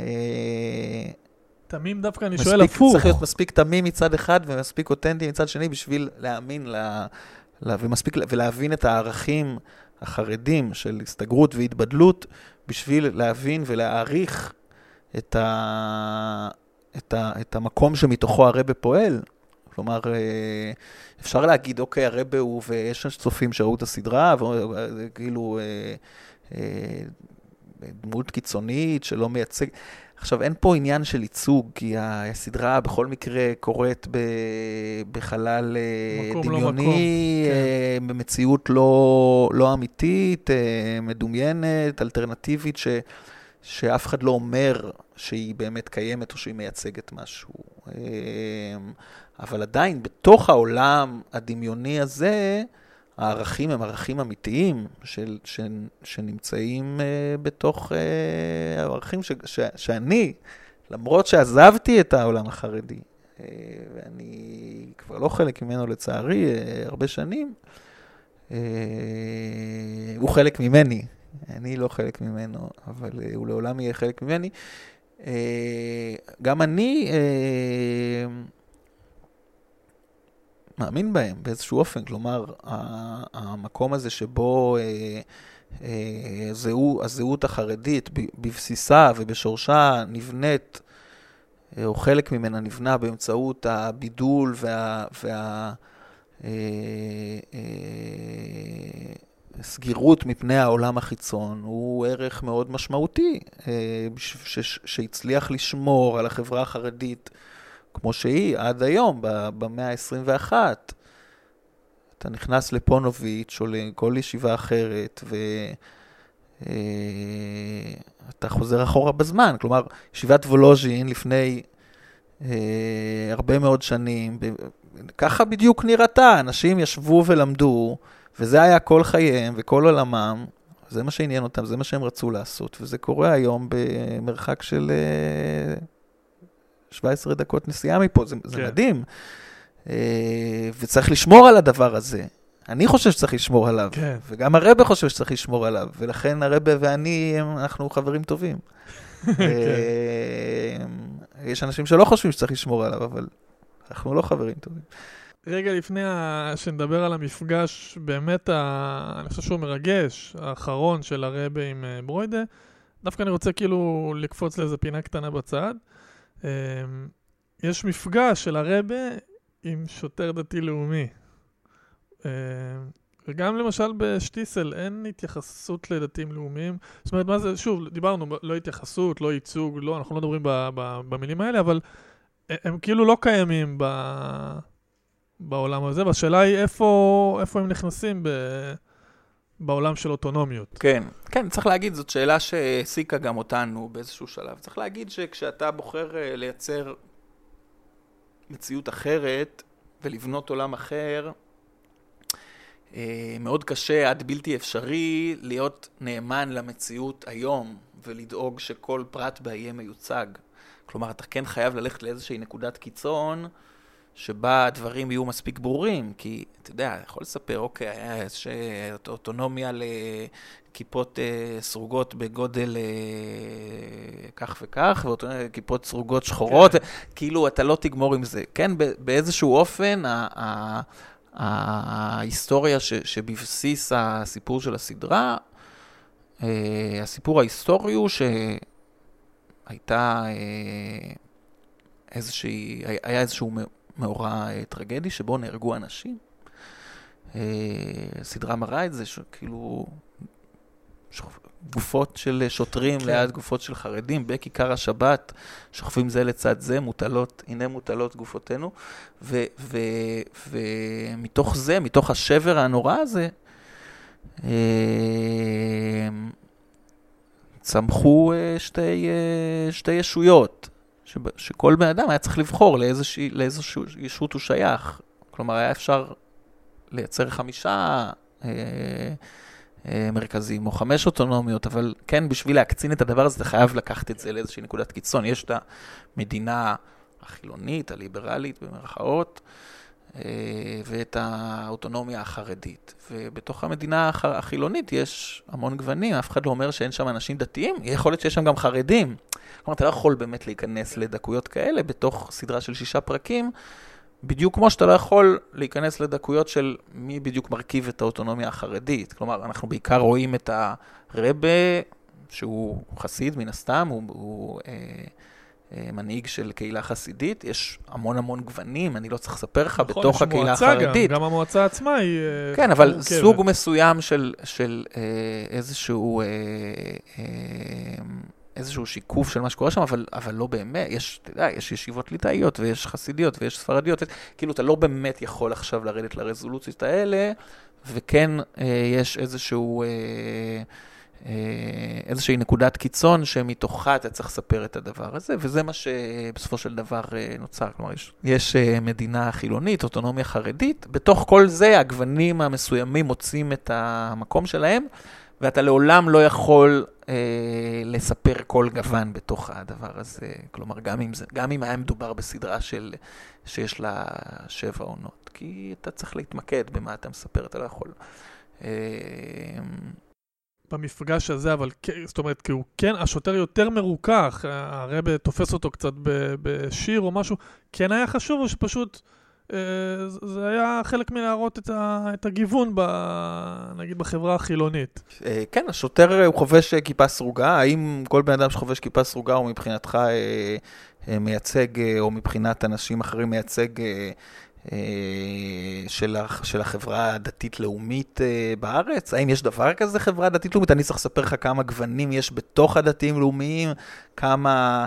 תמים דווקא, אני מספיק, שואל הפוך. צריך להיות מספיק תמים מצד אחד ומספיק אותנטי מצד שני בשביל להאמין לה, לה, ומספיק, ולהבין את הערכים החרדים של הסתגרות והתבדלות, בשביל להבין ולהעריך את, ה, את, ה, את המקום שמתוכו הרבי פועל. כלומר, אפשר להגיד, אוקיי, הרבי הוא, ויש צופים שראו את הסדרה, וכאילו... דמות קיצונית שלא מייצג. עכשיו, אין פה עניין של ייצוג, כי הסדרה בכל מקרה קורית בחלל דמיוני, לא כן. במציאות לא, לא אמיתית, מדומיינת, אלטרנטיבית, ש, שאף אחד לא אומר שהיא באמת קיימת או שהיא מייצגת משהו. אבל עדיין, בתוך העולם הדמיוני הזה, הערכים הם ערכים אמיתיים של, ש, שנמצאים uh, בתוך uh, הערכים ש, ש, שאני, למרות שעזבתי את העולם החרדי, uh, ואני כבר לא חלק ממנו לצערי uh, הרבה שנים, uh, הוא חלק ממני, אני לא חלק ממנו, אבל uh, הוא לעולם יהיה חלק ממני. Uh, גם אני... Uh, מאמין בהם באיזשהו אופן, כלומר, המקום הזה שבו הזהות החרדית בבסיסה ובשורשה נבנית, או חלק ממנה נבנה באמצעות הבידול והסגירות מפני העולם החיצון, הוא ערך מאוד משמעותי, שהצליח לשמור על החברה החרדית, כמו שהיא עד היום, במאה ה-עשרים ואחת. אתה נכנס לפונוביץ' או לכל ישיבה אחרת, ואתה חוזר אחורה בזמן. כלומר, ישיבת וולוז'ין לפני הרבה מאוד שנים, ככה בדיוק נראתה. אנשים ישבו ולמדו, וזה היה כל חייהם וכל עולמם. זה מה שעניין אותם, זה מה שהם רצו לעשות. וזה קורה היום במרחק של... שבע עשרה דקות נסיעה מפה, זה, זה כן. מדהים. וצריך לשמור על הדבר הזה. אני חושב שצריך לשמור עליו, כן. וגם הרבי חושב שצריך לשמור עליו, ולכן הרבי ואני, אנחנו חברים טובים. יש אנשים שלא חושבים שצריך לשמור עליו, אבל אנחנו לא חברים טובים. רגע לפני שנדבר על המפגש, באמת, אני חושב שהוא מרגש, האחרון של הרבי עם ברוידה, דווקא אני רוצה כאילו לקפוץ לאיזה פינה קטנה בצד. יש מפגש של הרבי עם שוטר דתי לאומי. וגם למשל בשטיסל אין התייחסות לדתיים לאומיים. זאת אומרת, מה זה, שוב, דיברנו, לא התייחסות, לא ייצוג, לא, אנחנו לא מדברים ב, ב, במילים האלה, אבל הם כאילו לא קיימים ב, בעולם הזה, והשאלה היא איפה, איפה הם נכנסים ב, בעולם של אוטונומיות. כן, כן, צריך להגיד, זאת שאלה שהעסיקה גם אותנו באיזשהו שלב. צריך להגיד שכשאתה בוחר לייצר מציאות אחרת ולבנות עולם אחר, מאוד קשה, עד בלתי אפשרי, להיות נאמן למציאות היום ולדאוג שכל פרט בה יהיה מיוצג. כלומר, אתה כן חייב ללכת לאיזושהי נקודת קיצון, שבה הדברים יהיו מספיק ברורים, כי אתה יודע, יכול לספר, אוקיי, היה איזושהי אוטונומיה לכיפות אה, סרוגות בגודל אה, כך וכך, וכיפות סרוגות שחורות, כן. כאילו אתה לא תגמור עם זה. כן, באיזשהו אופן, ה- ה- ההיסטוריה ש- שבבסיס הסיפור של הסדרה, הסיפור ההיסטורי הוא שהייתה איזושהי, היה איזשהו מאורע טרגדי שבו נהרגו אנשים. סדרה מראה את זה, כאילו גופות של שוטרים ליד גופות של חרדים, בכיכר השבת, שוכבים זה לצד זה, מוטלות, הנה מוטלות גופותינו, ומתוך זה, מתוך השבר הנורא הזה, צמחו שתי, שתי ישויות, שכל בן אדם היה צריך לבחור לאיזושהי ישות הוא שייך. כלומר, היה אפשר לייצר חמישה מרכזים או חמש אוטונומיות, אבל כן, בשביל להקצין את הדבר הזה, אתה חייב לקחת את זה לאיזושהי נקודת קיצון. יש את המדינה החילונית, הליברלית, במרכאות, ואת האוטונומיה החרדית. ובתוך המדינה החילונית יש המון גוונים, אף אחד לא אומר שאין שם אנשים דתיים, יכול להיות שיש שם גם חרדים. כלומר, אתה לא יכול באמת להיכנס לדקויות כאלה בתוך סדרה של שישה פרקים, בדיוק כמו שאתה לא יכול להיכנס לדקויות של מי בדיוק מרכיב את האוטונומיה החרדית. כלומר, אנחנו בעיקר רואים את הרבה, שהוא חסיד מן הסתם, הוא, הוא אה, אה, מנהיג של קהילה חסידית, יש המון המון גוונים, אני לא צריך לספר לך, נכון, בתוך הקהילה החרדית. גם, גם המועצה עצמה היא... כן, אבל מורכבת. סוג מסוים של, של אה, איזשהו... אה, אה, איזשהו שיקוף של מה שקורה שם, אבל, אבל לא באמת, יש, אתה יודע, יש ישיבות ליטאיות, ויש חסידיות, ויש ספרדיות, כאילו אתה לא באמת יכול עכשיו לרדת לרזולוציות האלה, וכן אה, יש איזשהו, אה, אה, איזושהי נקודת קיצון, שמתוכה אתה צריך לספר את הדבר הזה, וזה מה שבסופו של דבר אה, נוצר, כלומר, יש, יש אה, מדינה חילונית, אוטונומיה חרדית, בתוך כל זה הגוונים המסוימים מוצאים את המקום שלהם, ואתה לעולם לא יכול אה, לספר כל גוון בתוך הדבר הזה. כלומר, גם אם, זה, גם אם היה מדובר בסדרה של, שיש לה שבע עונות. כי אתה צריך להתמקד במה אתה מספר, אתה לא יכול. אה, במפגש הזה, אבל זאת אומרת, כי הוא כן, השוטר יותר מרוכך, הרב תופס אותו קצת בשיר או משהו, כן היה חשוב או שפשוט... זה היה חלק מלהראות את, ה, את הגיוון, ב, נגיד, בחברה החילונית. כן, השוטר הוא חובש כיפה סרוגה. האם כל בן אדם שחובש כיפה סרוגה הוא מבחינתך מייצג, או מבחינת אנשים אחרים מייצג של, של החברה הדתית-לאומית בארץ? האם יש דבר כזה חברה דתית-לאומית? אני צריך לספר לך כמה גוונים יש בתוך הדתיים-לאומיים, כמה...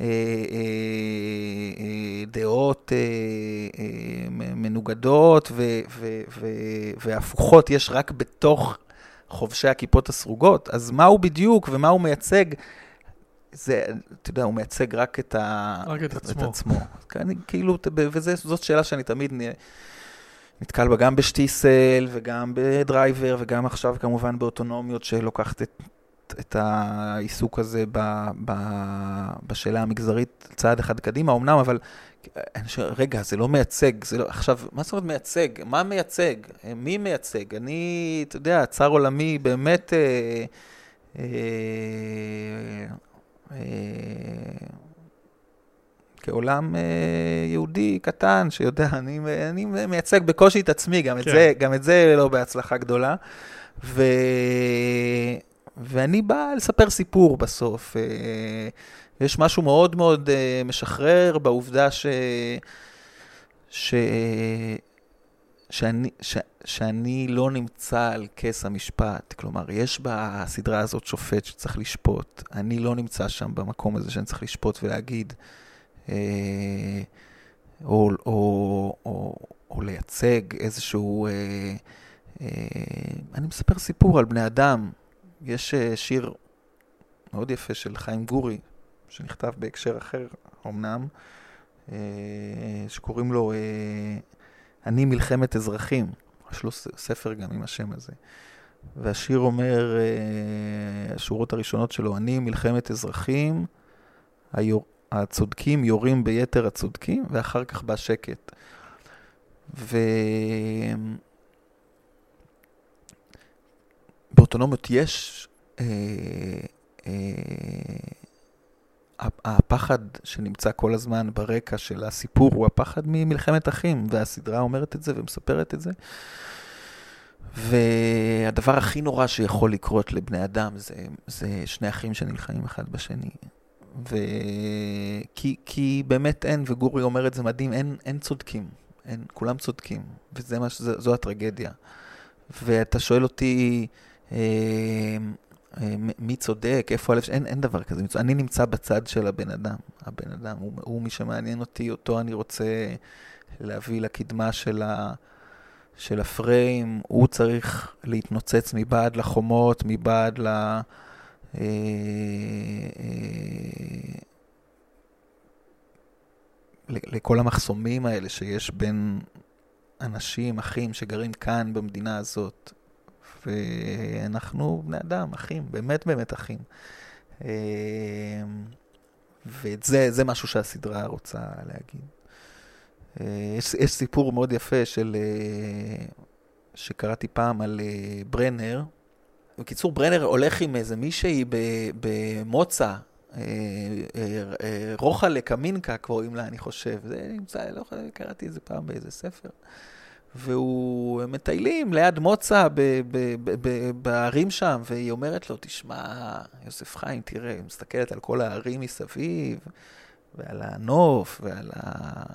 דעות מנוגדות והפוכות יש רק בתוך חובשי הכיפות הסרוגות. אז מה הוא בדיוק ומה הוא מייצג? זה, אתה יודע, הוא מייצג רק את עצמו. כאילו, וזאת שאלה שאני תמיד נתקל בה גם בשטיסל וגם בדרייבר וגם עכשיו כמובן באוטונומיות שלוקחת את את העיסוק הזה ב, ב, בשאלה המגזרית צעד אחד קדימה, אמנם, אבל רגע, זה לא מייצג, זה לא, עכשיו, מה זאת אומרת מייצג? מה מייצג? מי מייצג? אני, אתה יודע, צר עולמי באמת אה, אה, אה, כעולם אה, יהודי קטן, שיודע, אני, אני מייצג בקושי את עצמי, גם, כן. את זה, גם את זה לא בהצלחה גדולה, ו... ואני בא לספר סיפור בסוף. יש משהו מאוד מאוד משחרר בעובדה ש... ש... שאני, ש... שאני לא נמצא על כס המשפט. כלומר, יש בסדרה הזאת שופט שצריך לשפוט. אני לא נמצא שם במקום הזה שאני צריך לשפוט ולהגיד, או, או, או, או, או לייצג איזשהו... אני מספר סיפור על בני אדם. יש שיר מאוד יפה של חיים גורי, שנכתב בהקשר אחר, אמנם, שקוראים לו אני מלחמת אזרחים. יש לו ספר גם עם השם הזה. והשיר אומר, השורות הראשונות שלו, אני מלחמת אזרחים, הצודקים יורים ביתר הצודקים, ואחר כך בא שקט. ו... באוטונומיות יש אה, אה, הפחד שנמצא כל הזמן ברקע של הסיפור, הוא הפחד ממלחמת אחים, והסדרה אומרת את זה ומספרת את זה. והדבר הכי נורא שיכול לקרות לבני אדם זה, זה שני אחים שנלחמים אחד בשני. ו... כי, כי באמת אין, וגורי אומר את זה מדהים, אין, אין צודקים, אין, כולם צודקים, וזה מה שזו, זו הטרגדיה. ואתה שואל אותי, אה, אה, מי צודק, איפה הלב, אין, אין דבר כזה. אני נמצא בצד של הבן אדם, הבן אדם, הוא, הוא מי שמעניין אותי, אותו אני רוצה להביא לקדמה של ה... של הפריים, הוא צריך להתנוצץ מבעד לחומות, מבעד ל... אה, אה, לכל המחסומים האלה שיש בין אנשים, אחים שגרים כאן במדינה הזאת. ואנחנו בני אדם, אחים, באמת באמת אחים. אה, וזה זה משהו שהסדרה רוצה להגיד. יש, יש סיפור מאוד יפה של, שקראתי פעם על ברנר. בקיצור, ברנר הולך עם איזה מישהי במוצא, רוחה לקמינקה קוראים לה, אני חושב. זה נמצא, לא קראתי את זה פעם באיזה ספר. והוא מטיילים ליד מוצא בערים שם, והיא אומרת לו, תשמע, יוסף חיים, תראה, היא מסתכלת על כל הערים מסביב, ועל הנוף, ועל ה...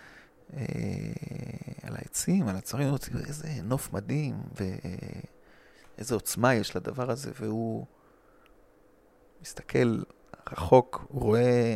על העצים, על הצרים, איזה נוף מדהים, ואיזה עוצמה יש לדבר הזה, והוא מסתכל רחוק, הוא רואה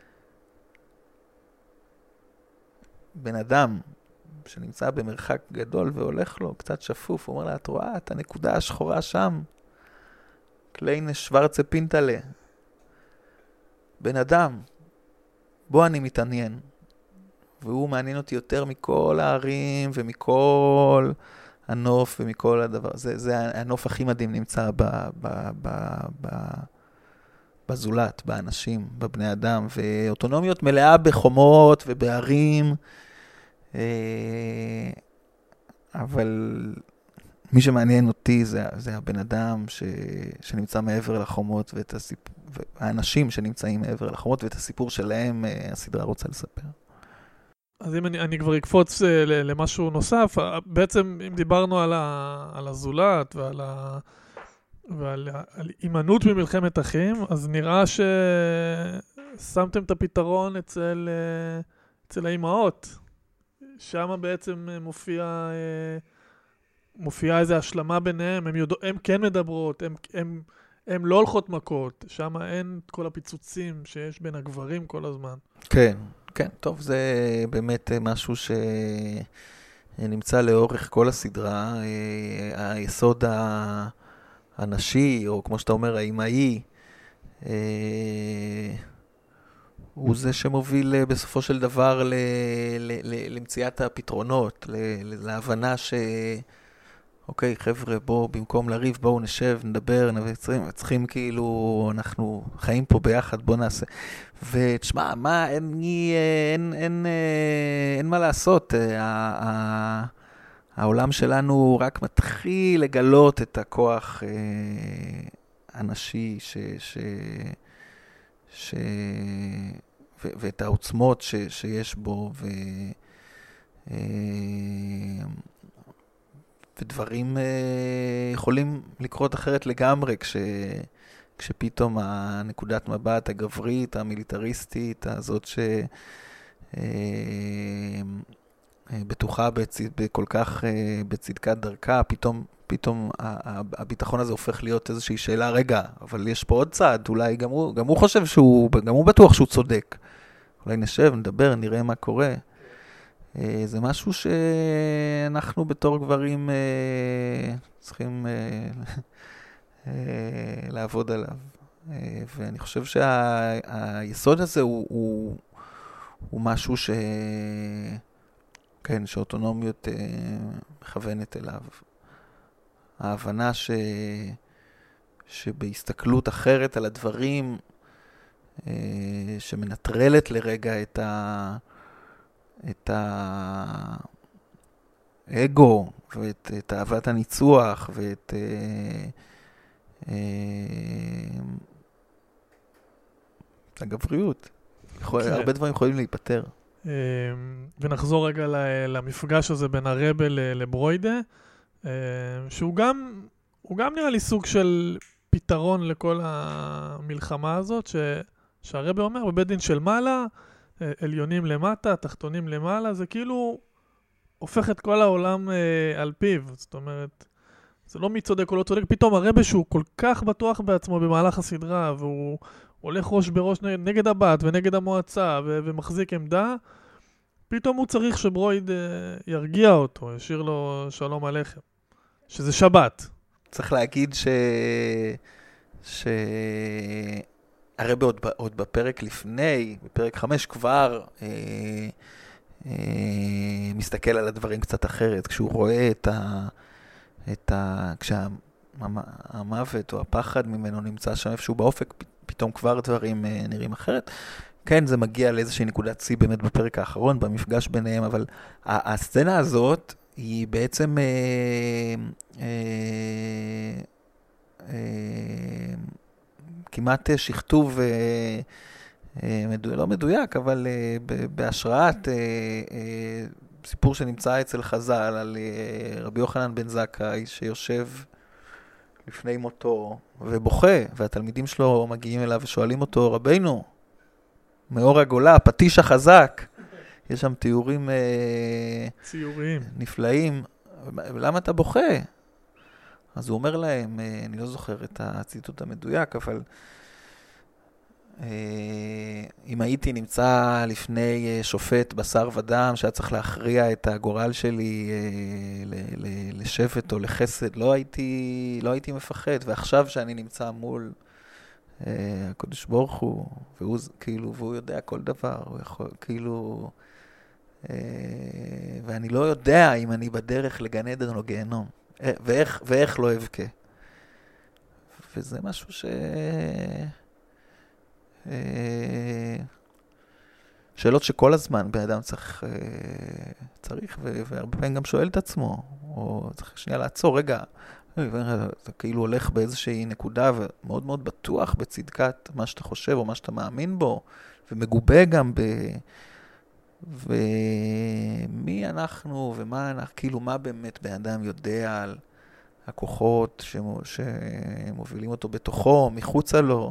בן אדם שנמצא במרחק גדול והולך לו, קצת שפוף, הוא אומר לה, את רואה את הנקודה השחורה שם? קליין שוורצה פינטלה. בן אדם, בוא אני מתעניין. והוא מעניין אותי יותר מכל הערים ומכל הנוף ומכל הדבר. זה, זה הנוף הכי מדהים נמצא ב, ב, ב, ב, בזולת, באנשים, בבני אדם, ואוטונומיות מלאה בחומות ובערים, אבל מי שמעניין אותי זה, זה הבן אדם ש, שנמצא מעבר לחומות, ואת הסיפור, והאנשים שנמצאים מעבר לחומות, ואת הסיפור שלהם הסדרה רוצה לספר. אז אם אני, אני כבר אקפוץ למשהו נוסף, בעצם אם דיברנו על, ה, על הזולת ועל, ה, ועל על אימנות במלחמת אחים, אז נראה ששמתם את הפתרון אצל, אצל האימהות. שם בעצם מופיע, מופיעה איזו השלמה ביניהם, הם, יודע, הם כן מדברות, הם, הם, הם לא הולכות מכות, שם אין כל הפיצוצים שיש בין הגברים כל הזמן. כן. כן, טוב, זה באמת משהו שנמצא לאורך כל הסדרה. היסוד הנשי, או כמו שאתה אומר, האימהי, הוא זה שמוביל בסופו של דבר ל- ל- ל- למציאת הפתרונות, ל- להבנה ש... אוקיי, חבר'ה, בואו, במקום לריב, בואו נשב, נדבר, נבצרים, צריכים כאילו, אנחנו חיים פה ביחד, בואו נעשה. ותשמע, מה, אין, אין, אין, אין, אין מה לעשות. העולם שלנו רק מתחיל לגלות את הכוח הנשי, ש, ש, ש, ו, ואת העוצמות ש, שיש בו, ו... ודברים אה, יכולים לקרות אחרת לגמרי, כש, כשפתאום הנקודת מבט הגברית, המיליטריסטית, הזאת ש... אה, אה, בטוחה בצד, בכל כך אה, בצדקת דרכה, פתאום, פתאום הביטחון הזה הופך להיות איזושהי שאלה, רגע, אבל יש פה עוד צעד, אולי גם הוא, גם הוא חושב שהוא, גם הוא בטוח שהוא צודק. אולי נשב, נדבר, נראה מה קורה. זה משהו שאנחנו בתור גברים צריכים לעבוד עליו. ואני חושב שהיסוד הזה הוא, הוא, הוא משהו ש... כן, שאוטונומיות מכוונת אליו. ההבנה ש... שבהסתכלות אחרת על הדברים, שמנטרלת לרגע את ה... את האגו, ואת את אהבת הניצוח, ואת אה, אה, הגבריות. יכול, כן. הרבה דברים יכולים להיפטר. ונחזור רגע למפגש הזה בין הרבה לברוידה. שהוא גם, הוא גם נראה לי סוג של פתרון לכל המלחמה הזאת, ש, שהרבא אומר, בבית דין של מעלה, עליונים למטה, תחתונים למעלה, זה כאילו הופך את כל העולם אה, על פיו. זאת אומרת, זה לא מי צודק או לא צודק, פתאום הרבא שהוא כל כך בטוח בעצמו במהלך הסדרה, והוא הולך ראש בראש נגד, נגד הבת ונגד המועצה ו- ומחזיק עמדה, פתאום הוא צריך שברויד אה, ירגיע אותו, ישיר לו שלום עליכם, שזה שבת. צריך להגיד ש... ש... הרבא עוד, עוד בפרק לפני, בפרק חמש כבר, אה, אה, מסתכל על הדברים קצת אחרת, כשהוא רואה את ה... את ה... כשהמוות או הפחד ממנו נמצא שם איפשהו באופק, פתאום כבר דברים אה, נראים אחרת. כן, זה מגיע לאיזושהי נקודת צי באמת בפרק האחרון, במפגש ביניהם, אבל הסצנה הזאת היא בעצם... אה, אה, אה, כמעט שכתוב, אה, אה, מדו, לא מדויק, אבל אה, בהשראת אה, אה, סיפור שנמצא אצל חז"ל על אה, רבי יוחנן בן זכאי שיושב לפני מותו ובוכה, והתלמידים שלו מגיעים אליו ושואלים אותו, רבינו, מאור הגולה, הפטיש החזק, יש שם תיאורים אה, ציוריים נפלאים, למה אתה בוכה? אז הוא אומר להם, אני לא זוכר את הציטוט המדויק, אבל אם הייתי נמצא לפני שופט בשר ודם, שהיה צריך להכריע את הגורל שלי לשבט או לחסד, לא הייתי, לא הייתי מפחד. ועכשיו שאני נמצא מול הקדוש ברוך הוא, והוא, כאילו, והוא יודע כל דבר, הוא יכול, כאילו, ואני לא יודע אם אני בדרך לגן עדן או גיהנום. ואיך, ואיך לא אבכה. וזה משהו ש... שאלות שכל הזמן באדם צריך, צריך והרבה פעמים גם שואל את עצמו, או צריך שנייה לעצור, רגע, אתה כאילו הולך באיזושהי נקודה ומאוד מאוד בטוח בצדקת מה שאתה חושב או מה שאתה מאמין בו, ומגובה גם ב... ומי אנחנו ומה אנחנו, כאילו מה באמת באדם יודע על הכוחות שמובילים אותו בתוכו, מחוצה לו.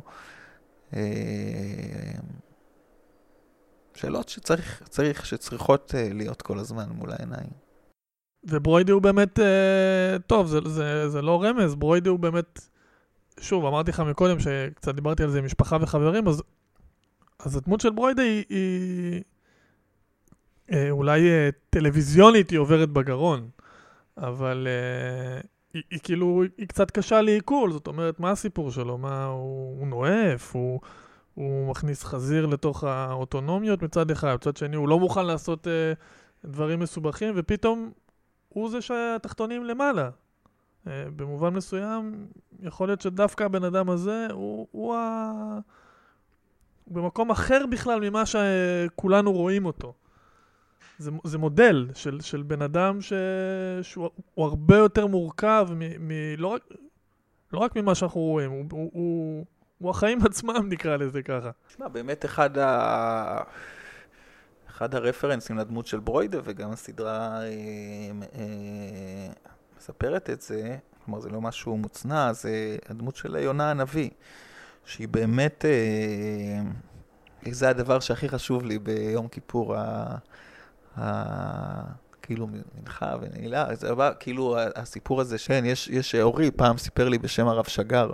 שאלות שצריך, צריך, שצריכות להיות כל הזמן מול העיניים. וברוידי הוא באמת, טוב, זה, זה, זה לא רמז, ברוידי הוא באמת, שוב, אמרתי לך מקודם שקצת דיברתי על זה עם משפחה וחברים, אז, אז הדמות של ברוידי היא, היא אולי טלוויזיונית היא עוברת בגרון, אבל היא, היא כאילו, היא קצת קשה לעיכול, זאת אומרת, מה הסיפור שלו? מה, הוא, הוא נואף, הוא, הוא מכניס חזיר לתוך האוטונומיות מצד אחד, מצד שני הוא לא מוכן לעשות uh, דברים מסובכים, ופתאום הוא זה שהתחתונים למעלה. Uh, במובן מסוים, יכול להיות שדווקא הבן אדם הזה, הוא, הוא ה... במקום אחר בכלל ממה שכולנו רואים אותו. זה, זה מודל של, של בן אדם ש, שהוא הוא הרבה יותר מורכב, מ, מ, לא, רק, לא רק ממה שאנחנו רואים, הוא, הוא, הוא, הוא החיים עצמם נקרא לזה ככה. תשמע, באמת אחד, ה... אחד הרפרנסים לדמות של ברוידה, וגם הסדרה אה, אה, מספרת את זה, כלומר זה לא משהו מוצנע, זה הדמות של יונה הנביא, שהיא באמת, אה, זה הדבר שהכי חשוב לי ביום כיפור, ה... ה... כאילו מנחה ונעילה, זה הבא, כאילו הסיפור הזה, שאין, יש, יש אורי פעם סיפר לי בשם הרב שגר,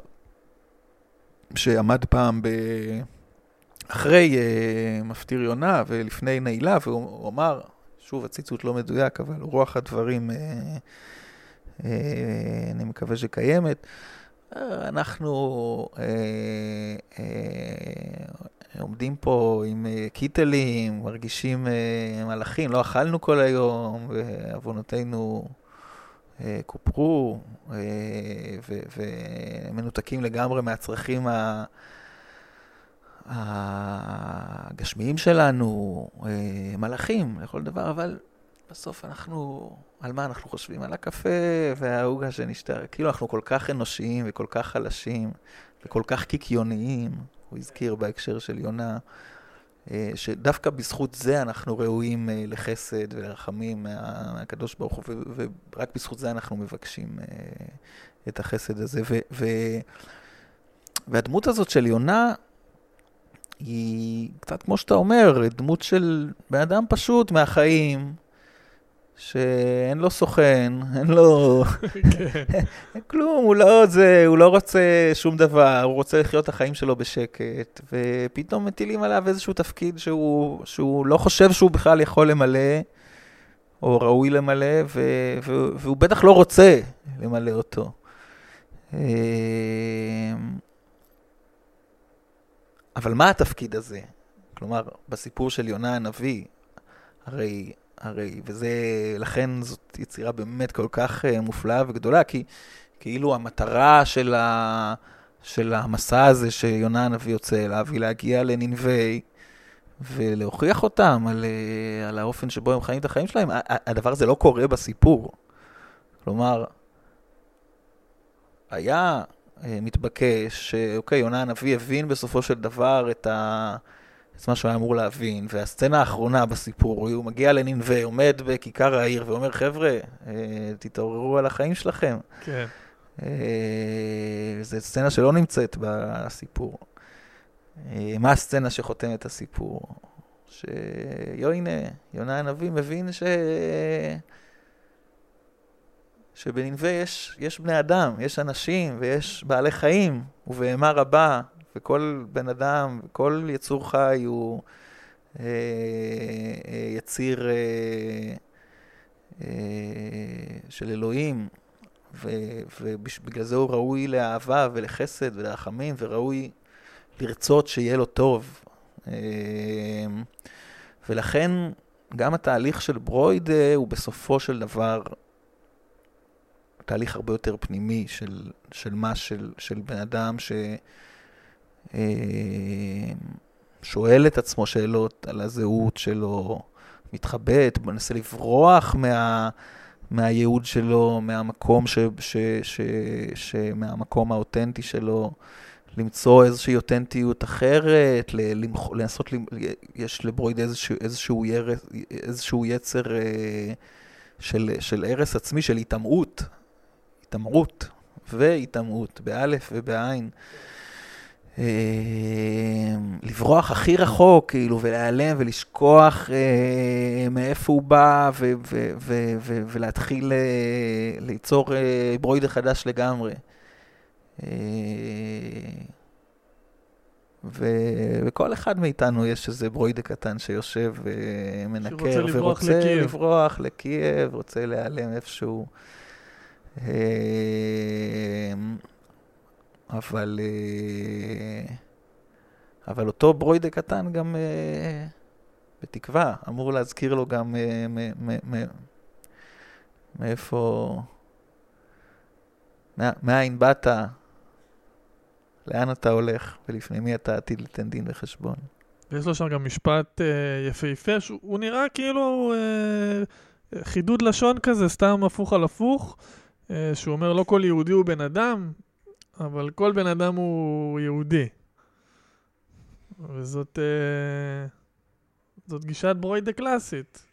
שעמד פעם ב... אחרי uh, מפטיר יונה ולפני נעילה, והוא אמר, שוב הציטוט לא מדויק, אבל רוח הדברים uh, uh, אני מקווה שקיימת, uh, אנחנו uh, uh, עומדים פה עם uh, קיטלים, מרגישים uh, מלאכים, לא אכלנו כל היום, ואבונותינו uh, קופרו, uh, ומנותקים לגמרי מהצרכים ה... הגשמיים שלנו, מלאכים לכל דבר, אבל בסוף אנחנו, על מה אנחנו חושבים? על הקפה וההוגה שנשתר. כאילו אנחנו כל כך אנושיים וכל כך חלשים וכל כך קיקיוניים, הוא הזכיר בהקשר של יונה, שדווקא בזכות זה אנחנו ראויים לחסד ולרחמים מהקדוש ברוך הוא, ורק בזכות זה אנחנו מבקשים את החסד הזה. והדמות הזאת של יונה, היא קצת כמו שאתה אומר, דמות של בן אדם פשוט מהחיים, שאין לו סוכן, אין לו כלום, הוא לא, זה, הוא לא רוצה שום דבר, הוא רוצה לחיות את החיים שלו בשקט, ופתאום מטילים עליו איזשהו תפקיד שהוא, שהוא לא חושב שהוא בכלל יכול למלא, או ראוי למלא, ו, ו, והוא בטח לא רוצה למלא אותו. אבל מה התפקיד הזה? כלומר, בסיפור של יונה הנביא, הרי, הרי, וזה, לכן זאת יצירה באמת כל כך uh, מופלאה וגדולה, כי כאילו המטרה של, ה, של המסע הזה שיונה הנביא יוצא אליו, היא להגיע לנינווי, ולהוכיח אותם על, uh, על האופן שבו הם חיים את החיים שלהם. הדבר הזה לא קורה בסיפור. כלומר, היה מתבקש שאוקיי, יונה הנביא הבין בסופו של דבר את, ה... את מה שהוא היה אמור להבין, והסצנה האחרונה בסיפור, הוא מגיע לנינווי, עומד בכיכר העיר ואומר, חבר'ה, תתעוררו על החיים שלכם. כן. זו סצנה שלא נמצאת בסיפור. מה הסצנה שחותמת את הסיפור? שיונה, יונה הנביא מבין ש... שבנינווי יש, יש בני אדם, יש אנשים ויש בעלי חיים, ובהמה רבה, וכל בן אדם, כל יצור חי הוא אה, אה, יציר אה, אה, של אלוהים, ו, ובגלל זה הוא ראוי לאהבה ולחסד ולרחמים, וראוי לרצות שיהיה לו טוב. אה, ולכן גם התהליך של ברוידה הוא בסופו של דבר תהליך הרבה יותר פנימי של, של מה, של, של בן אדם ש, אה, שואל את עצמו שאלות על הזהות שלו, מתחבט, מנסה לברוח מה, מהייעוד שלו, מהמקום, ש, ש, ש, ש, מהמקום האותנטי שלו, למצוא איזושהי אותנטיות אחרת, למח, לנסות, יש לברויד איזשהו, איזשהו, יר, איזשהו יצר אה, של, של ערס עצמי, של התאמעות, התאמרות והתאמעות, באלף ובעין. אה, לברוח הכי רחוק, כאילו, ולהיעלם ולשכוח אה, מאיפה הוא בא, ו, ו, ו, ו, ולהתחיל אה, ליצור אה, ברוידה חדש לגמרי. אה, ו, וכל אחד מאיתנו יש איזה ברוידה קטן שיושב ומנקר, ורוצה לקייב. לברוח לקייב, רוצה להיעלם איפשהו. אבל אבל אותו ברוידה קטן גם בתקווה אמור להזכיר לו גם מאיפה, מאין באת, לאן אתה הולך ולפני מי אתה עתיד ליתן דין וחשבון. יש לו שם גם משפט יפהפה, שהוא נראה כאילו חידוד לשון כזה, סתם הפוך על הפוך, שהוא אומר לא כל יהודי הוא בן אדם, אבל כל בן אדם הוא יהודי. וזאת זאת גישת ברוידה קלאסית.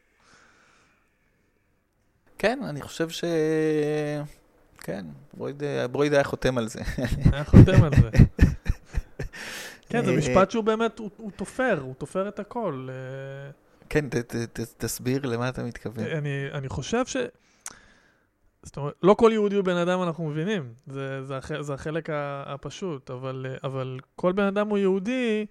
כן, אני חושב ש... כן, ברוידה, ברוידה היה חותם על זה. היה חותם על זה. כן, זה משפט שהוא באמת, הוא, הוא תופר, הוא תופר את הכל. כן, ת, ת, ת, תסביר למה אתה מתכוון. אני, אני חושב ש... זאת אומרת, לא כל יהודי הוא בן אדם אנחנו מבינים, זה, זה, הח, זה החלק הפשוט, אבל, אבל כל בן אדם הוא יהודי,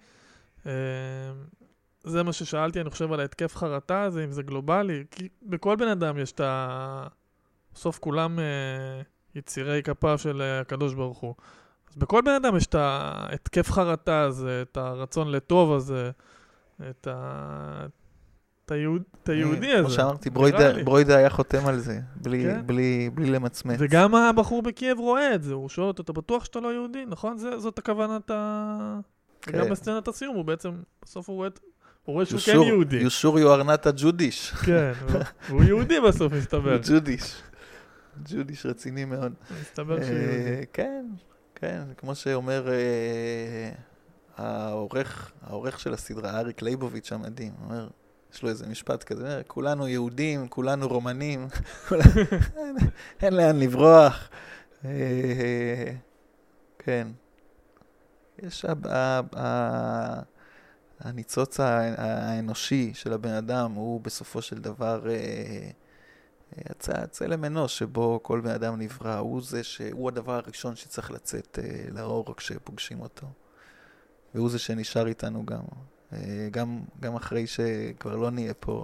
זה מה ששאלתי, אני חושב על ההתקף חרטה הזה, אם זה גלובלי, כי בכל בן אדם יש את ה... בסוף כולם יצירי כפיו של הקדוש ברוך הוא. אז בכל בן אדם יש את ההתקף חרטה הזה, את הרצון לטוב הזה, את ה... את היהודי הזה. כמו שאמרתי, ברוידה היה חותם על זה, בלי למצמץ. וגם הבחור בקייב רואה את זה, הוא שואל אותו, אתה בטוח שאתה לא יהודי? נכון? זאת הכוונת ה... וגם בסצנת הסיום, הוא בעצם, בסוף הוא רואה שהוא כן יהודי. You sure you are not a Jewish. כן, הוא יהודי בסוף, מסתבר. הוא Jewish. Jewish רציני מאוד. מסתבר שהוא יהודי. כן, כן, כמו שאומר העורך, העורך של הסדרה, אריק לייבוביץ' המדהים, אומר, יש לו איזה משפט כזה, אומר, כולנו יהודים, כולנו רומנים, אין לאן לברוח. כן. יש הניצוץ האנושי של הבן אדם, הוא בסופו של דבר הצלם אנוש שבו כל בן אדם נברא, הוא זה שהוא הדבר הראשון שצריך לצאת לאור כשפוגשים אותו. והוא זה שנשאר איתנו גם. גם, גם אחרי שכבר לא נהיה פה.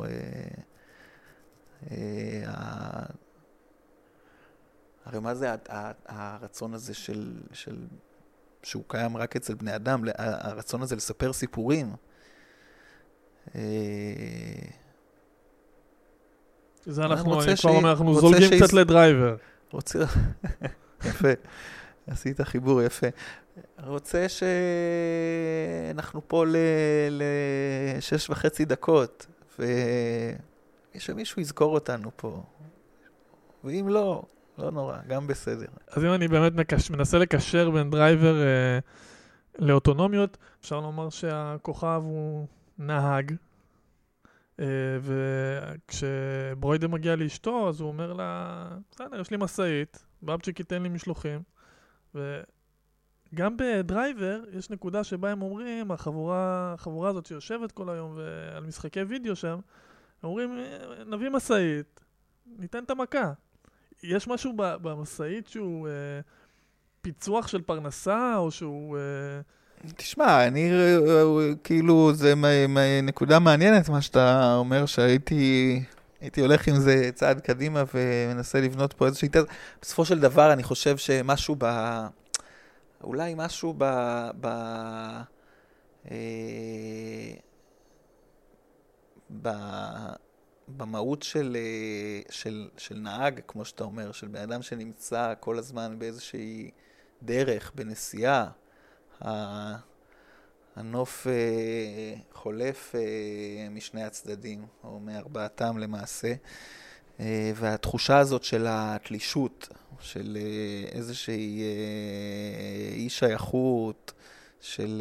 הרי מה זה הרצון הזה של, של, שהוא קיים רק אצל בני אדם, הרצון הזה לספר סיפורים. זה אנחנו, אני כבר אומר, אנחנו זולגים קצת לדרייבר. רוצה, יפה, עשית חיבור יפה. רוצה שאנחנו פה לשש וחצי דקות, ושמישהו יזכור אותנו פה. ואם לא, לא נורא, גם בסדר. אז אם אני באמת מקש... מנסה לקשר בין דרייבר אה, לאוטונומיות, אפשר לומר שהכוכב הוא נהג, אה, וכשברוידה מגיע לאשתו, אז הוא אומר לה, בסדר, יש לי מסעית, בבצ'יק ייתן לי משלוחים, וגם בדרייבר יש נקודה שבה הם אומרים, החבורה, החבורה הזאת שיושבת כל היום ועל משחקי וידאו שם, אומרים, נביא מסעית, ניתן את המכה. יש משהו במסעית שהוא אה, פיצוח של פרנסה, או שהוא... אה... תשמע, אני כאילו, זה נקודה מעניינת מה שאתה אומר, שהייתי הייתי הולך עם זה צעד קדימה ומנסה לבנות פה איזושהי תזה. בסופו של דבר אני חושב שמשהו ב... אולי משהו ב... ב... אה... ב... במהות של, של, של נהג, כמו שאתה אומר, של בן אדם שנמצא כל הזמן באיזושהי דרך, בנסיעה, הנוף חולף משני הצדדים, או מארבעתם למעשה, והתחושה הזאת של התלישות, של איזושהי אי שייכות, של...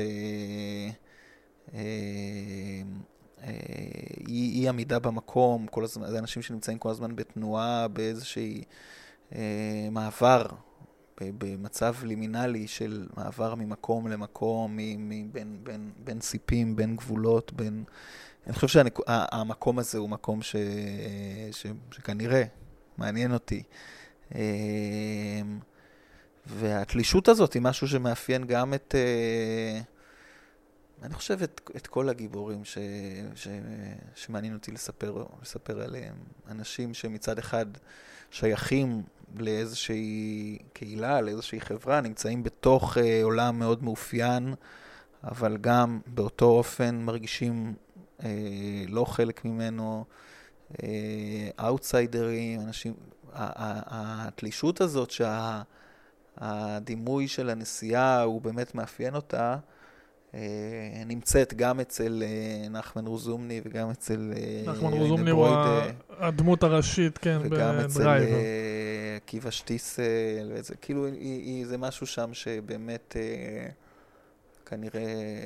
אי, אי עמידה במקום, כל הזמן, זה אנשים שנמצאים כל הזמן בתנועה, באיזושהי אה, מעבר, במצב לימינלי של מעבר ממקום למקום, מ, בין, בין, בין סיפים, בין גבולות, בין... אני חושב שהמקום הזה הוא מקום ש, ש, שכנראה מעניין אותי. אה, והתלישות הזאת היא משהו שמאפיין גם את... אה, אני חושב את, את כל הגיבורים ש, ש, שמעניין אותי לספר, לספר עליהם. אנשים שמצד אחד שייכים לאיזושהי קהילה, לאיזושהי חברה, נמצאים בתוך אה, עולם מאוד מאופיין, אבל גם באותו אופן מרגישים אה, לא חלק ממנו, אה, אאוטסיידרים, אנשים... התלישות הזאת שהדימוי של הנסיעה הוא באמת מאפיין אותה, נמצאת גם אצל נחמן רוזומני וגם אצל נחמן רוזומני הוא הדמות הראשית, כן, וגם אצל עקיבא שטיסל, וזה כאילו זה משהו שם שבאמת כנראה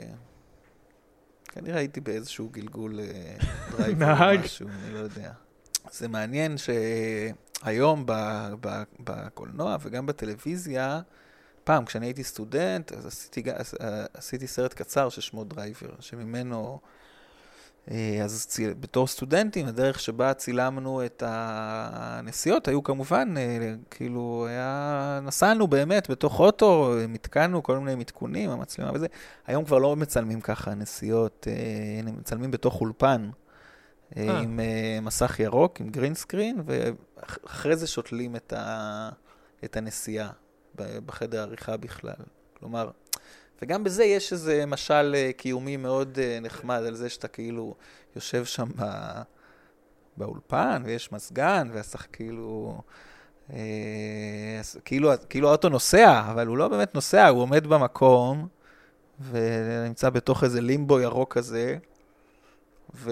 כנראה הייתי באיזשהו גלגול דרייבר או משהו, אני לא יודע. זה מעניין שהיום בקולנוע וגם בטלוויזיה, פעם, כשאני הייתי סטודנט, אז עשיתי, עשיתי סרט קצר ששמו דרייבר, שממנו, אז ציל, בתור סטודנטים, הדרך שבה צילמנו את הנסיעות, היו כמובן, כאילו, היה, נסענו באמת בתוך אוטו, מתקנו כל מיני מתקונים, המצלמה וזה. היום כבר לא מצלמים ככה נסיעות, מצלמים בתוך אולפן, אה. עם מסך ירוק, עם גרין סקרין, ואחרי זה שותלים את, ה, את הנסיעה. בחדר העריכה בכלל. כלומר, וגם בזה יש איזה משל קיומי מאוד נחמד, על זה שאתה כאילו יושב שם בא, באולפן, ויש מסגן, והשח כאילו, אה, כאילו, כאילו האוטו נוסע, אבל הוא לא באמת נוסע, הוא עומד במקום, ונמצא בתוך איזה לימבו ירוק כזה, ו...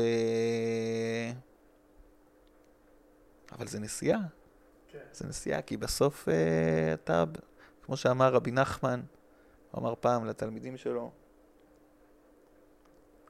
אבל זה נסיעה. זה נסיעה, כי בסוף אתה, כמו שאמר רבי נחמן, הוא אמר פעם לתלמידים שלו,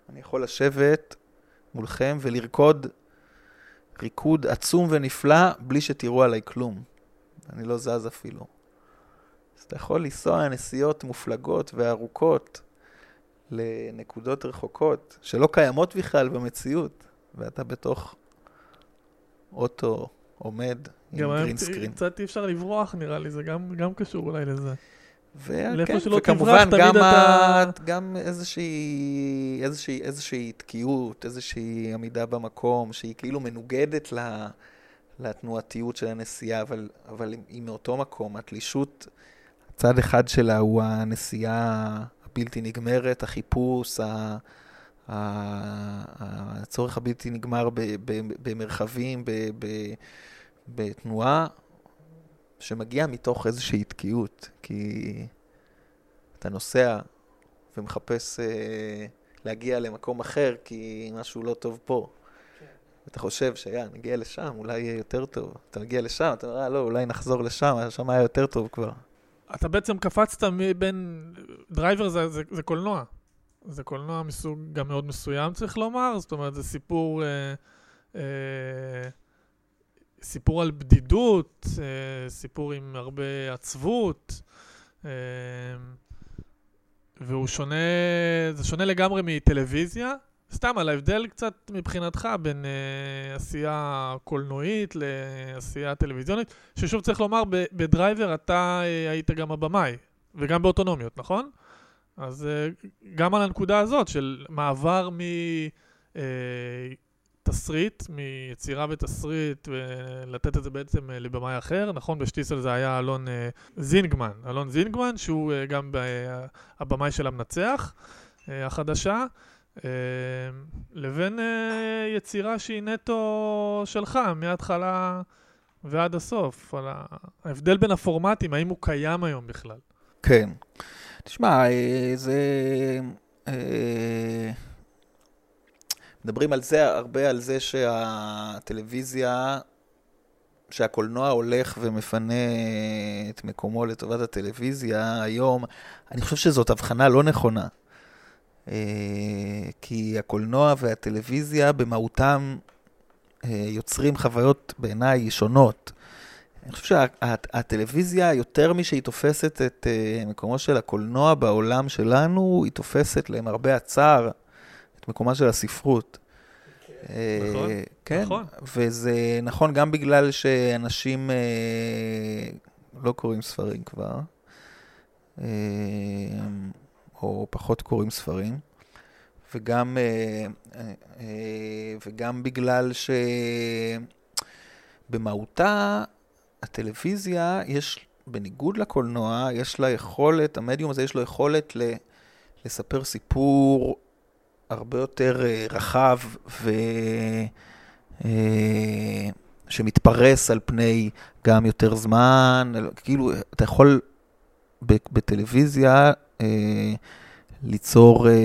אני יכול לשבת מולכם ולרקוד ריקוד עצום ונפלא בלי שתראו עליי כלום. אני לא זז אפילו. אז אתה יכול לנסוע נסיעות מופלגות וארוכות לנקודות רחוקות שלא קיימות בכלל במציאות, ואתה בתוך אוטו עומד עם גרין סקרין. קצת אי אפשר לברוח נראה לי, זה גם, גם קשור אולי לזה. וכן, וכמובן גם, אתה... גם איזושהי, איזושהי, איזושהי תקיעות, איזושהי עמידה במקום, שהיא כאילו מנוגדת לה, לתנועתיות של הנסיעה, אבל, אבל היא מאותו מקום. התלישות, הצד אחד שלה הוא הנסיעה הבלתי נגמרת, החיפוש, ה... הצורך הבלתי נגמר במרחבים, בתנועה, שמגיע מתוך איזושהי תקיעות, כי אתה נוסע ומחפש אה, להגיע למקום אחר, כי משהו לא טוב פה. כן. אתה חושב שיה, נגיע לשם, אולי יהיה יותר טוב. אתה מגיע לשם, אתה אומר, לא, אולי נחזור לשם, שם היה יותר טוב כבר. אתה בעצם קפצת בין... דרייבר זה, זה, זה קולנוע. זה קולנוע מסוג גם מאוד מסוים, צריך לומר. זאת אומרת, זה סיפור... אה, אה, סיפור על בדידות, סיפור עם הרבה עצבות, והוא שונה, זה שונה לגמרי מטלוויזיה, סתם על ההבדל קצת מבחינתך בין עשייה קולנועית לעשייה טלוויזיונית, ששוב צריך לומר, בדרייבר אתה היית גם הבמאי, וגם באוטונומיות, נכון? אז גם על הנקודה הזאת של מעבר מ... תסריט, מיצירה ותסריט, ולתת את זה בעצם לבמאי אחר. נכון, בשטיסל זה היה אלון זינגמן, אלון זינגמן, שהוא גם הבמאי של המנצח החדשה, לבין יצירה שהיא נטו שלך, מההתחלה ועד הסוף, על ההבדל בין הפורמטים, האם הוא קיים היום בכלל. כן. תשמע, זה... מדברים על זה, הרבה על זה שהטלוויזיה, שהקולנוע הולך ומפנה את מקומו לטובת הטלוויזיה היום. אני חושב שזאת הבחנה לא נכונה. כי הקולנוע והטלוויזיה במהותם יוצרים חוויות בעיניי שונות. אני חושב שהטלוויזיה, יותר משהיא תופסת את מקומו של הקולנוע בעולם שלנו, היא תופסת להם הרבה הצער. מקומה של הספרות. נכון, כן, נכון. וזה נכון גם בגלל שאנשים לא קוראים ספרים כבר, או פחות קוראים ספרים, וגם, וגם בגלל שבמהותה הטלוויזיה יש, בניגוד לקולנוע, יש לה יכולת, המדיום הזה יש לו יכולת לספר סיפור הרבה יותר רחב ו... שמתפרס על פני גם יותר זמן. כאילו, אתה יכול בטלוויזיה ליצור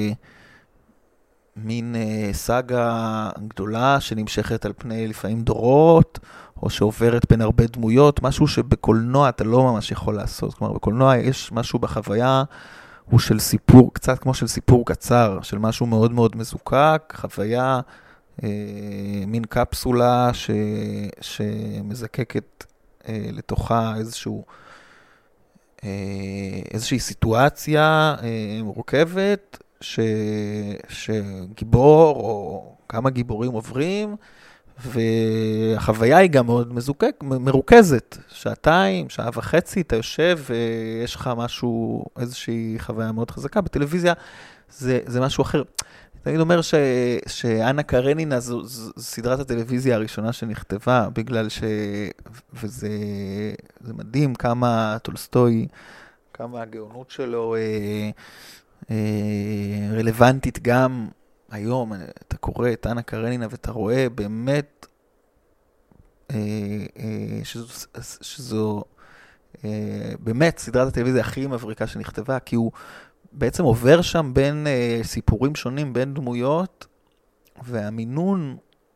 מין סאגה גדולה שנמשכת על פני לפעמים דורות, או שעוברת בין הרבה דמויות, משהו שבקולנוע אתה לא ממש יכול לעשות. כלומר, בקולנוע יש משהו בחוויה, הוא של סיפור, קצת כמו של סיפור קצר, של משהו מאוד מאוד מזוקק, חוויה, אה, מין קפסולה ש, שמזקקת אה, לתוכה איזשהו, אה, איזושהי סיטואציה אה, מורכבת, ש, שגיבור או כמה גיבורים עוברים, והחוויה היא גם מאוד מזוקק, מרוכזת. שעתיים, שעה וחצי, אתה יושב ויש לך משהו, איזושהי חוויה מאוד חזקה. בטלוויזיה זה, זה משהו אחר. אני אומר ש, שאנה קרנינה זו, זו סדרת הטלוויזיה הראשונה שנכתבה, בגלל ש... וזה זה מדהים כמה טולסטוי, כמה הגאונות שלו אה, אה, רלוונטית גם היום. אתה קורא את אנה קרנינה ואתה רואה באמת אה, אה, שזו, שזו אה, באמת סדרת הטלוויזיה הכי מבריקה שנכתבה, כי הוא בעצם עובר שם בין אה, סיפורים שונים, בין דמויות, והמינון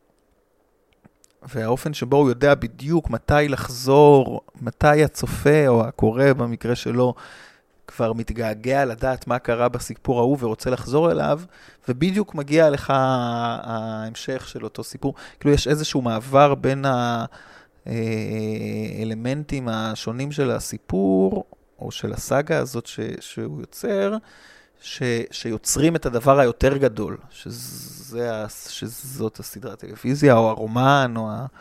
והאופן שבו הוא יודע בדיוק מתי לחזור, מתי הצופה או הקורא במקרה שלו כבר מתגעגע לדעת מה קרה בסיפור ההוא ורוצה לחזור אליו, ובדיוק מגיע לך ההמשך של אותו סיפור. כאילו יש איזשהו מעבר בין האלמנטים השונים של הסיפור, או של הסאגה הזאת ש, שהוא יוצר, ש, שיוצרים את הדבר היותר גדול, שזה, שזאת הסדרת טלוויזיה, או הרומן, או ה...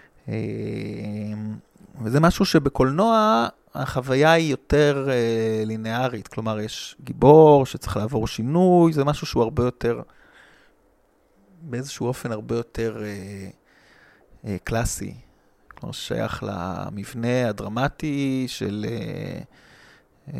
וזה משהו שבקולנוע החוויה היא יותר אה, לינארית, כלומר יש גיבור שצריך לעבור שינוי, זה משהו שהוא הרבה יותר, באיזשהו אופן הרבה יותר אה, אה, קלאסי, כלומר שייך למבנה הדרמטי של אה, אה,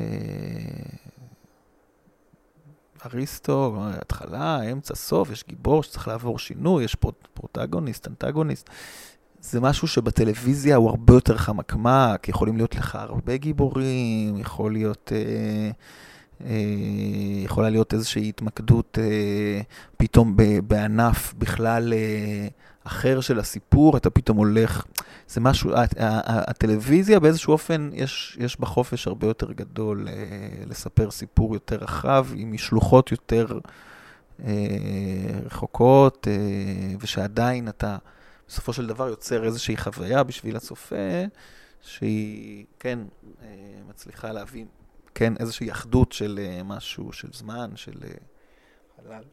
אריסטו, התחלה, אמצע, סוף, יש גיבור שצריך לעבור שינוי, יש פרוטגוניסט, אנטגוניסט, זה משהו שבטלוויזיה הוא הרבה יותר חמקמק, יכולים להיות לך הרבה גיבורים, יכול להיות, אה, אה, יכולה להיות איזושהי התמקדות אה, פתאום בענף בכלל אה, אחר של הסיפור, אתה פתאום הולך, זה משהו, הטלוויזיה באיזשהו אופן יש, יש בה חופש הרבה יותר גדול אה, לספר סיפור יותר רחב, עם משלוחות יותר אה, רחוקות, אה, ושעדיין אתה... בסופו של דבר יוצר איזושהי חוויה בשביל הצופה, שהיא, כן, מצליחה להביא, כן, איזושהי אחדות של משהו, של זמן, של חלל.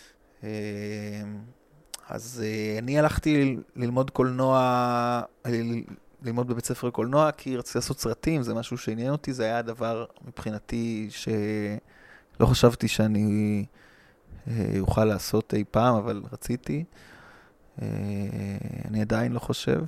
אז אני הלכתי ללמוד קולנוע, ללמוד בבית ספר קולנוע, כי רציתי לעשות סרטים, זה משהו שעניין אותי, זה היה הדבר מבחינתי שלא חשבתי שאני אוכל לעשות אי פעם, אבל רציתי. אני עדיין לא חושב.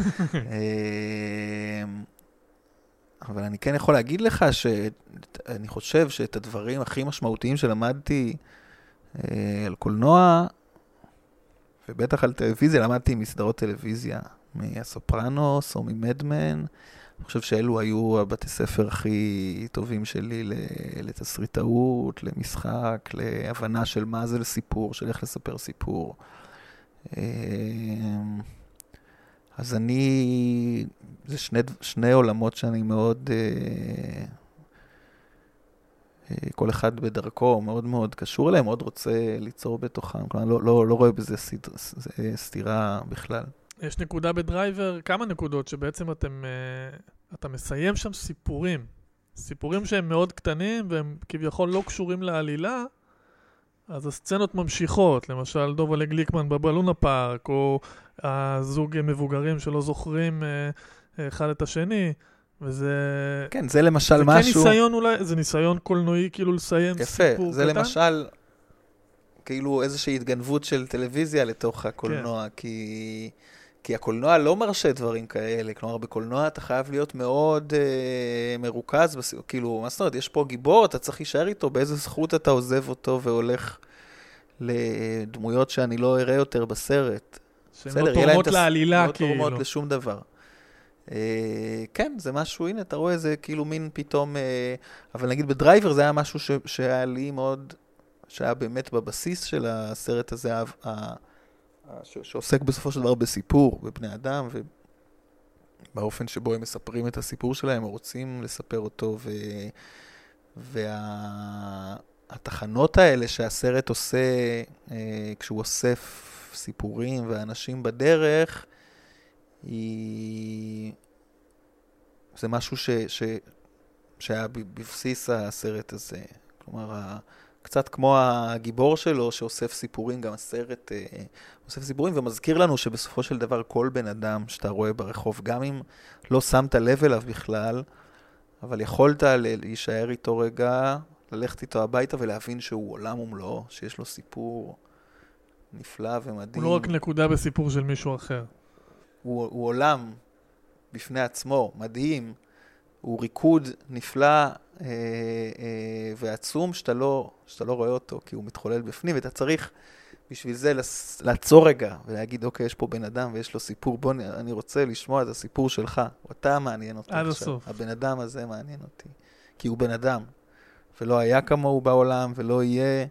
אבל אני כן יכול להגיד לך שאני חושב שאת הדברים הכי משמעותיים שלמדתי על קולנוע, ובטח על טלוויזיה, למדתי מסדרות טלוויזיה, מהסופרנוס או ממדמן. אני חושב שאלו היו הבתי ספר הכי טובים שלי לתסריטאות, למשחק, להבנה של מה זה לסיפור, של איך לספר סיפור. אז אני, זה שני, שני עולמות שאני מאוד, כל אחד בדרכו מאוד מאוד קשור אליהם, מאוד רוצה ליצור בתוכם, כלומר, לא, לא, לא רואה בזה סתירה בכלל. יש נקודה בדרייבר, כמה נקודות שבעצם אתם, אתה מסיים שם סיפורים, סיפורים שהם מאוד קטנים והם כביכול לא קשורים לעלילה, אז הסצנות ממשיכות, למשל דובה גליקמן בבלונה פארק, או הזוג מבוגרים שלא זוכרים אחד את השני, וזה... כן, זה למשל זה משהו... כן ניסיון אולי, זה ניסיון קולנועי כאילו לסיים יפה, סיפור זה קטן. למשל כאילו איזושהי התגנבות של טלוויזיה לתוך הקולנוע, כן. כי... כי הקולנוע לא מרשה דברים כאלה, כלומר בקולנוע אתה חייב להיות מאוד אה, מרוכז, בס... כאילו, מה זאת אומרת, יש פה גיבור, אתה צריך להישאר איתו, באיזה זכות אתה עוזב אותו והולך לדמויות שאני לא אראה יותר בסרט. שהן לא תורמות לעלילה, לא כאילו. לא תורמות לשום דבר. אה, כן, זה משהו, הנה, אתה רואה, זה כאילו מין פתאום, אה, אבל נגיד בדרייבר זה היה משהו ש... שהיה לי מאוד, שהיה באמת בבסיס של הסרט הזה, ה... ש... שעוסק בסופו של דבר בסיפור, בבני אדם, ובאופן שבו הם מספרים את הסיפור שלהם, או רוצים לספר אותו, ו... והתחנות וה... האלה שהסרט עושה, אה, כשהוא אוסף סיפורים ואנשים בדרך, היא... זה משהו ש... ש... שהיה בבסיס הסרט הזה. כלומר, ה... קצת כמו הגיבור שלו שאוסף סיפורים, גם הסרט אה, אוסף סיפורים, ומזכיר לנו שבסופו של דבר כל בן אדם שאתה רואה ברחוב, גם אם לא שמת לב אליו בכלל, אבל יכולת להישאר איתו רגע, ללכת איתו הביתה ולהבין שהוא עולם ומלואו, שיש לו סיפור נפלא ומדהים. הוא לא רק נקודה בסיפור של מישהו אחר. הוא, הוא עולם בפני עצמו, מדהים, הוא ריקוד נפלא אה, אה, ועצום שאתה לא, שאתה לא רואה אותו, כי הוא מתחולל בפנים, ואתה צריך בשביל זה לעצור רגע ולהגיד, אוקיי, יש פה בן אדם ויש לו סיפור, בוא, אני רוצה לשמוע את הסיפור שלך, אתה מעניין אותי עד עכשיו. הסוף. הבן אדם הזה מעניין אותי, כי הוא בן אדם, ולא היה כמוהו בעולם, ולא יהיה,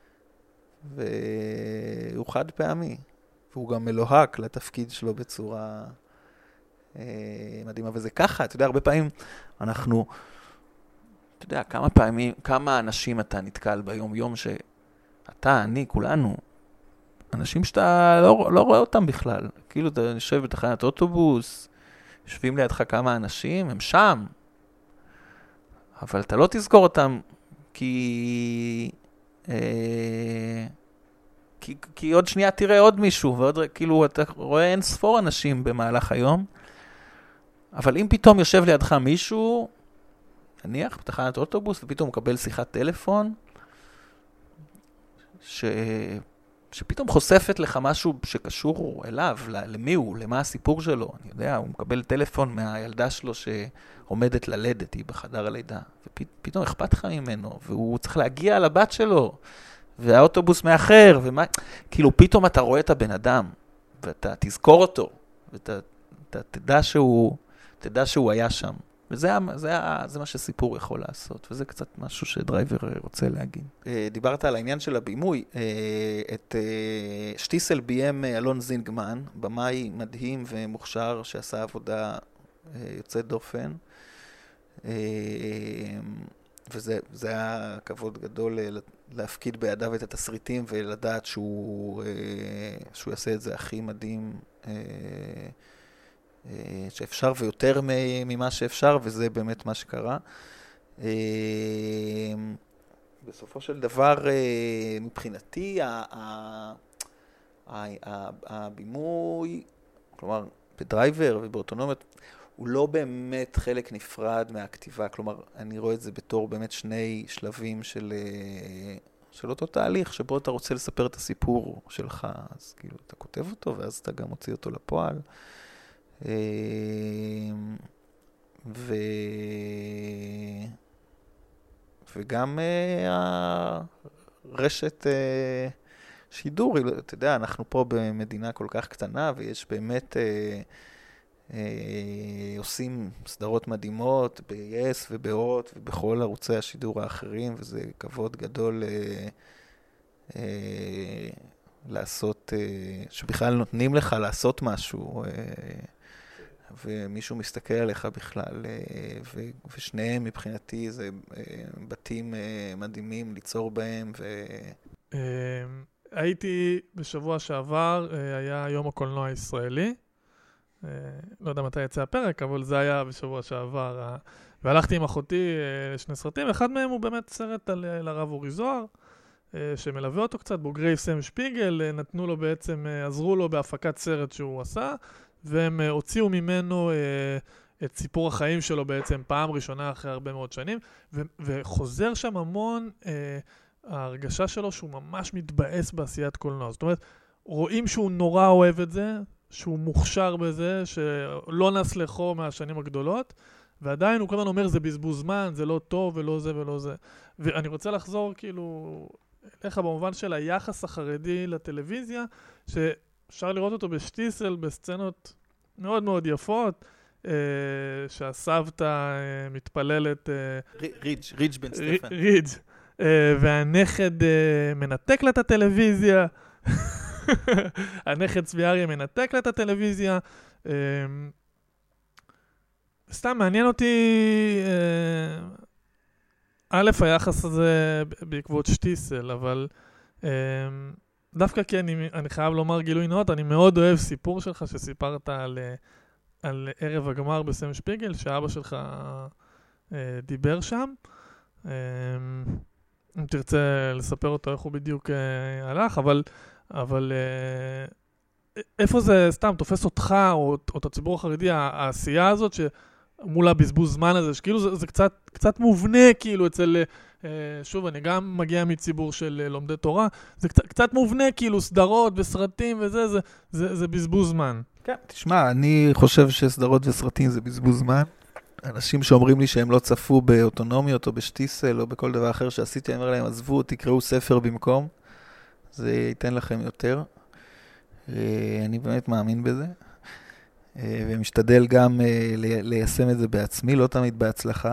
והוא חד פעמי, והוא גם מלוהק לתפקיד שלו בצורה... מדהימה, וזה ככה, אתה יודע, הרבה פעמים אנחנו, יודע, כמה פעמים, כמה אנשים אתה נתקל ביום יום שאתה, אני, כולנו, אנשים שאתה לא, לא רואה אותם בכלל. כאילו אתה יושב בתחנת אוטובוס, יושבים לידך כמה אנשים, הם שם. אבל אתה לא תזכור אותם כי... אה, כי, כי עוד שנייה תראה עוד מישהו, ועוד כאילו אתה רואה אין ספור אנשים במהלך היום. אבל אם פתאום יושב לידך מישהו, נניח בתחנת אוטובוס, ופתאום מקבל שיחת טלפון, ש... שפתאום חושפת לך משהו שקשור אליו, למי הוא, למה הסיפור שלו. אני יודע, הוא מקבל טלפון מהילדה שלו שעומדת ללדת, היא בחדר הלידה, ופתאום אכפת לך ממנו, והוא צריך להגיע לבת שלו, והאוטובוס מאחר, ומה... כאילו פתאום אתה רואה את הבן אדם, ואתה תזכור אותו, ואתה אתה תדע שהוא, תדע שהוא היה שם. וזה זה, זה מה שסיפור יכול לעשות, וזה קצת משהו שדרייבר רוצה להגיד. דיברת על העניין של הבימוי, את שטיסל ביים אלון זינגמן, במאי מדהים ומוכשר שעשה עבודה יוצאת דופן, וזה זה היה כבוד גדול להפקיד בידיו את התסריטים ולדעת שהוא, שהוא יעשה את זה הכי מדהים שאפשר ויותר ממה שאפשר, וזה באמת מה שקרה. בסופו של דבר, מבחינתי, הבימוי, כלומר, בדרייבר ובאוטונומיות, הוא לא באמת חלק נפרד מהכתיבה, כלומר, אני רואה את זה בתור באמת שני שלבים של, של אותו תהליך, שבו אתה רוצה לספר את הסיפור שלך, אז כאילו אתה כותב אותו, ואז אתה גם מוציא אותו לפועל. ו... וגם הרשת שידור, אתה יודע, אנחנו פה במדינה כל כך קטנה, ויש באמת עושים סדרות מדהימות ב-יס ובהוט ובכל ערוצי השידור האחרים, וזה כבוד גדול לעשות, שבכלל נותנים לך לעשות משהו, ומישהו מסתכל עליך בכלל, ושניהם מבחינתי זה בתים מדהימים ליצור בהם. הייתי בשבוע שעבר, היה יום הקולנוע הישראלי, לא יודע מתי יצא הפרק, אבל זה היה בשבוע שעבר, והלכתי עם אחותי לשני סרטים, אחד מהם הוא באמת סרט על הרב אורי זוהר, שמלווה אותו קצת, בוגרי סם שפיגל, נתנו לו בעצם, עזרו לו בהפקת סרט שהוא עשה, והם הוציאו ממנו את סיפור החיים שלו בעצם פעם ראשונה אחרי הרבה מאוד שנים, ו- וחוזר שם המון ההרגשה שלו שהוא ממש מתבאס בעשיית קולנוע. זאת אומרת, רואים שהוא נורא אוהב את זה, שהוא מוכשר בזה, שלא נס לחו מהשנים הגדולות, ועדיין הוא כל הזמן אומר, זה בזבוז זמן, זה לא טוב ולא זה ולא זה. ואני רוצה לחזור כאילו אליך במובן של היחס החרדי לטלוויזיה, שאפשר לראות אותו בשטיסל, בסצנות מאוד מאוד יפות, אה, שהסבתא אה, מתפללת... אה, רידג', רידג' בן סטפן. רידג', אה, והנכד אה, מנתק לה את הטלוויזיה, הנכד צבי אריה מנתק לה את הטלוויזיה. אה, סתם מעניין אותי, אה, א', היחס הזה בעקבות שטיסל, אבל אה, דווקא כי אני, אני חייב לומר גילוי נאות, אני מאוד אוהב סיפור שלך שסיפרת על, על ערב הגמר בסם שפיגל, שאבא שלך אה, דיבר שם. אה, אם תרצה לספר אותו איך הוא בדיוק אה, הלך, אבל, אבל אה, איפה זה סתם תופס אותך או, או את הציבור החרדי, העשייה הזאת שמול הבזבוז זמן הזה, שכאילו זה, זה קצת, קצת מובנה כאילו אצל... שוב, אני גם מגיע מציבור של לומדי תורה, זה קצת, קצת מובנה, כאילו סדרות וסרטים וזה, זה, זה, זה בזבוז זמן. כן, תשמע, אני חושב שסדרות וסרטים זה בזבוז זמן. אנשים שאומרים לי שהם לא צפו באוטונומיות או בשטיסל או בכל דבר אחר שעשיתי, אני אומר להם, עזבו, תקראו ספר במקום, זה ייתן לכם יותר. אני באמת מאמין בזה, ומשתדל גם ליישם את זה בעצמי, לא תמיד בהצלחה.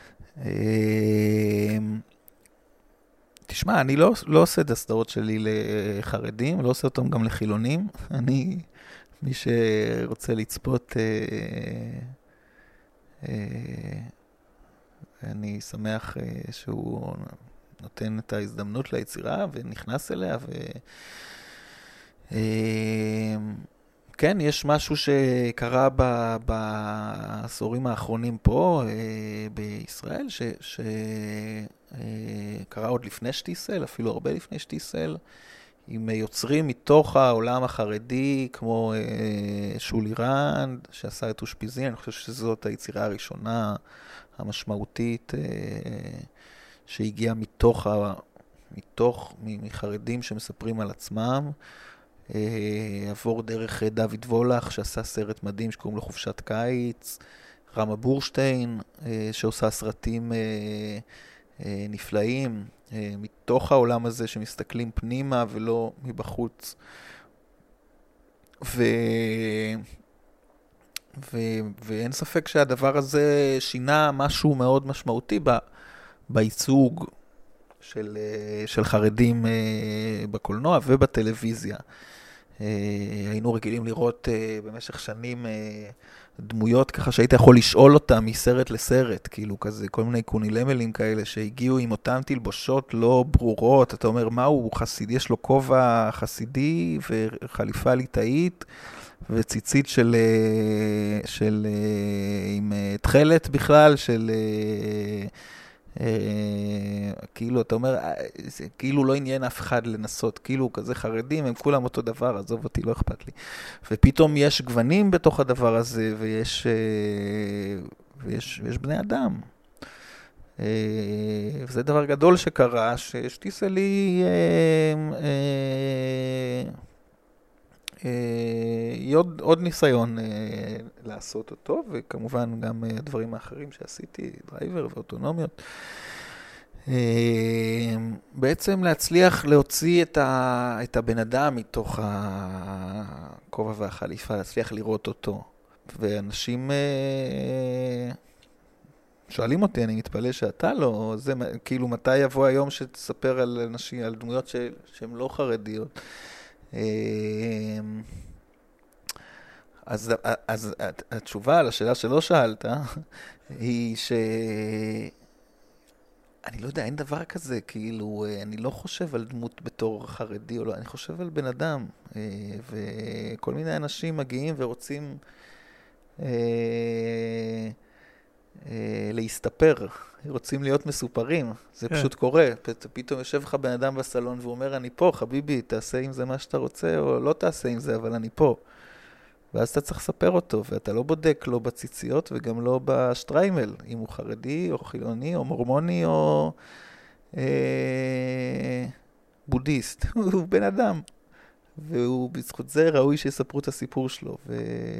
תשמע, אני לא, לא עושה את הסדרות שלי לחרדים, לא עושה אותם גם לחילונים. אני, מי שרוצה לצפות, ואני שמח שהוא נותן את ההזדמנות ליצירה ונכנס אליה. ו... כן, יש משהו שקרה ב... בעשורים האחרונים פה בישראל, ש... שקרה עוד לפני שטיסל, אפילו הרבה לפני שטיסל, עם יוצרים מתוך העולם החרדי, כמו שולי רנד, שעשה את אושפיזין. אני חושב שזאת היצירה הראשונה המשמעותית שהגיעה מתוך, מתוך, מחרדים שמספרים על עצמם. עבור דרך דוד וולך, שעשה סרט מדהים שקוראים לו חופשת קיץ, רמה בורשטיין, שעושה סרטים נפלאים, מתוך העולם הזה שמסתכלים פנימה ולא מבחוץ. ו... ו... ואין ספק שהדבר הזה שינה משהו מאוד משמעותי ב... בייצוג של, של חרדים בקולנוע ובטלוויזיה. היינו רגילים לראות במשך שנים דמויות ככה שהיית יכול לשאול אותם מסרט לסרט, כאילו כזה, כל מיני קונילמלים כאלה שהגיעו עם אותם תלבושות לא ברורות. אתה אומר, מה הוא חסיד? יש לו כובע חסידי וחליפה ליטאית וציצית של, של, עם תחלת בכלל, של... כאילו, אתה אומר, כאילו לא עניין אף אחד לנסות, כאילו כזה חרדים, הם כולם אותו דבר, עזוב אותי, לא אכפת לי. ופתאום יש גוונים בתוך הדבר הזה, ויש, ויש, ויש בני אדם. וזה דבר גדול שקרה, ששטיסל היא עוד, עוד ניסיון לעשות אותו, וכמובן גם הדברים האחרים שעשיתי, דרייבר ואוטונומיות. בעצם להצליח להוציא את, ה, את הבן אדם מתוך הכובע והחליפה, להצליח לראות אותו. ואנשים שואלים אותי, אני מתפלא שאתה לא, זה, כאילו מתי יבוא היום שתספר על אנשים, על דמויות ש, שהן לא חרדיות. אז, אז התשובה על השאלה שלא שאלת היא ש... אני לא יודע, אין דבר כזה, כאילו, אני לא חושב על דמות בתור חרדי או לא, אני חושב על בן אדם, וכל מיני אנשים מגיעים ורוצים להסתפר, רוצים להיות מסופרים, זה פשוט קורה, פתאום יושב לך בן אדם בסלון והוא אומר, אני פה, חביבי, תעשה עם זה מה שאתה רוצה, או לא תעשה עם זה, אבל אני פה. ואז אתה צריך לספר אותו, ואתה לא בודק לא בציציות וגם לא בשטריימל, אם הוא חרדי או חילוני או מורמוני או אה, בודיסט. הוא בן אדם. והוא בזכות זה ראוי שיספרו את הסיפור שלו. ו...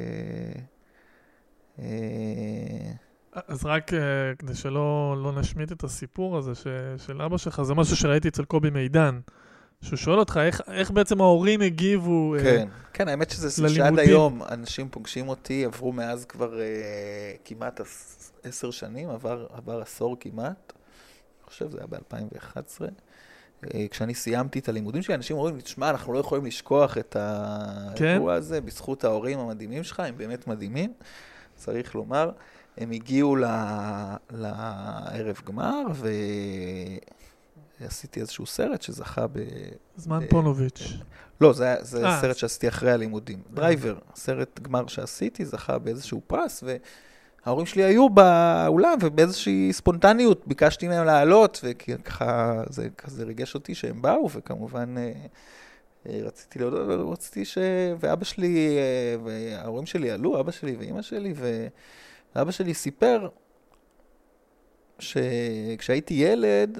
אה... אז רק uh, כדי שלא לא נשמיט את הסיפור הזה ש, של אבא שלך, זה משהו שראיתי אצל קובי מידן. שהוא שואל אותך, איך, איך בעצם ההורים הגיבו כן, uh, כן, האמת שזה שעד היום אנשים פוגשים אותי, עברו מאז כבר uh, כמעט עשר שנים, עבר, עבר עשור כמעט, אני חושב זה היה ב-אלפיים ואחת עשרה, uh, כשאני סיימתי את הלימודים שלי, אנשים אומרים, תשמע, אנחנו לא יכולים לשכוח את האירוע הזה, בזכות ההורים המדהימים שלך, הם באמת מדהימים, צריך לומר, הם הגיעו ל... לערב גמר, ו... עשיתי איזשהו סרט שזכה ב... זמן פונוביץ'. לא, זה, זה סרט שעשיתי אחרי הלימודים. דרייבר, סרט גמר שעשיתי, זכה באיזשהו פרס, וההורים שלי היו באולם, ובאיזושהי ספונטניות ביקשתי מהם לעלות, וככה זה כזה ריגש אותי שהם באו, וכמובן רציתי להודות, רציתי ש... ואבא שלי, וההורים שלי עלו, אבא שלי ואמא שלי, ואבא שלי סיפר שכשהייתי ילד,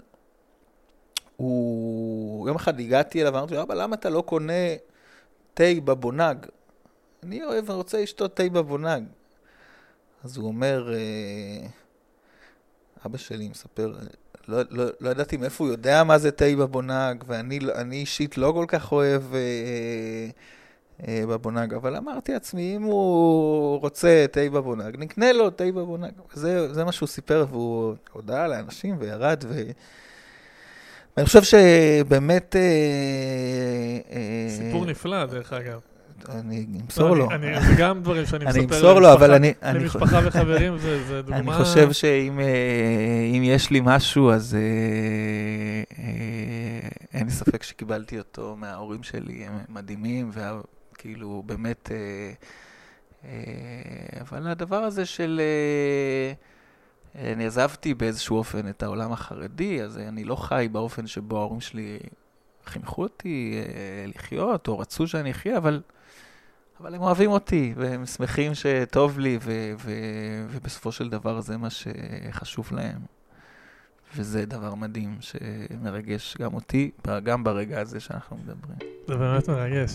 הוא... יום אחד הגעתי אליו, ואמרתי לו, אבא, למה אתה לא קונה תה בבונג? אני אוהב, אני רוצה לשתות תה בבונג. אז הוא אומר, אבא שלי מספר, לא, לא, לא ידעתי מאיפה הוא יודע מה זה תה בבונג, ואני אני אישית לא כל כך אוהב אה, אה, בבונג, אבל אמרתי לעצמי, אם הוא רוצה תה בבונג, נקנה לו תה בבונג. זה, זה מה שהוא סיפר, והוא הודע לאנשים וירד ו... אני חושב שבאמת... סיפור נפלא, דרך אגב. אני אמסור לו. זה גם דברים שאני מספר. אני אמסור לו, אבל אני... למשפחה וחברים זה דוגמה... אני חושב שאם יש לי משהו, אז אין לי ספק שקיבלתי אותו מההורים שלי, הם מדהימים, וכאילו באמת... אבל הדבר הזה של... אני עזבתי באיזשהו אופן את העולם החרדי, אז אני לא חי באופן שבו ההורים שלי חינכו אותי לחיות, או רצו שאני אחיה, אבל, אבל הם אוהבים אותי, והם שמחים שטוב לי, ו, ו, ובסופו של דבר זה מה שחשוב להם. וזה דבר מדהים שמרגש גם אותי, גם ברגע הזה שאנחנו מדברים. זה באמת מרגש.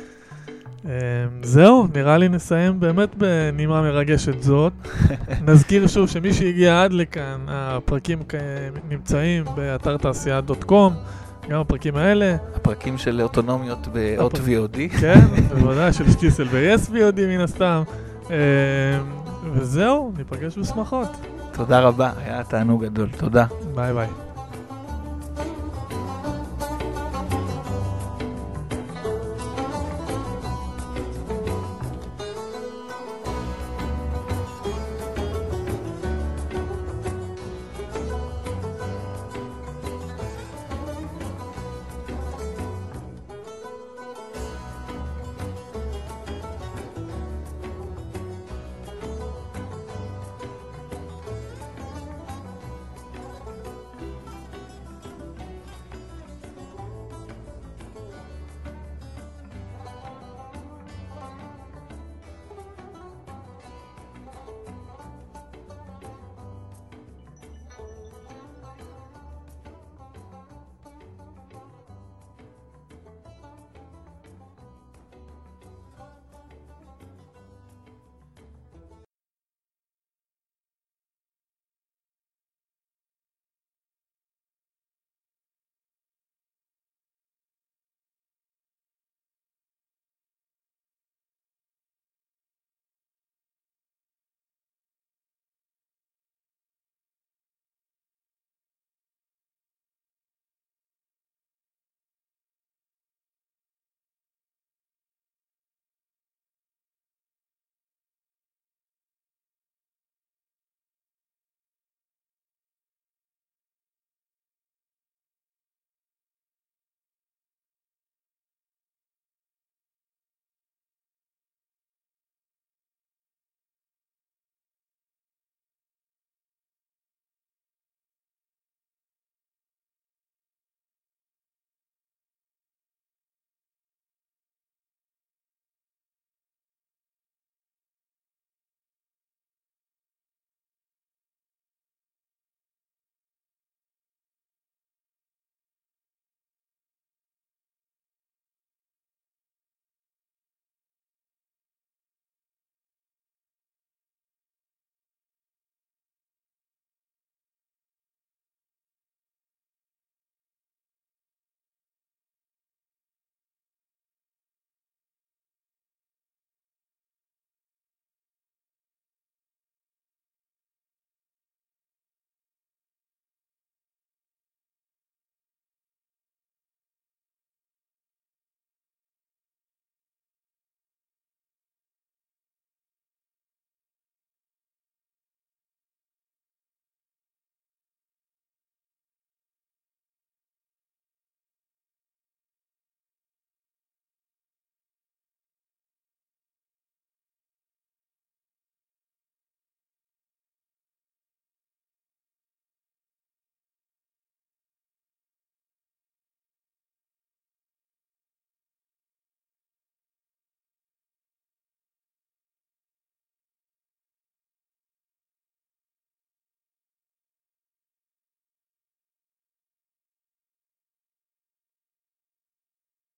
זהו, נראה לי נסיים באמת בנימה מרגשת זאת. נזכיר שוב שמי שהגיע עד לכאן, הפרקים נמצאים באתר תעשייה דוט קום, גם הפרקים האלה. הפרקים של אוטונומיות באות וי או די. כן, בוודאי, של שטיסל ב-יס וי או די מן הסתם. וזהו, ניפגש בשמחות. תודה רבה, היה תענוג גדול, תודה. ביי ביי.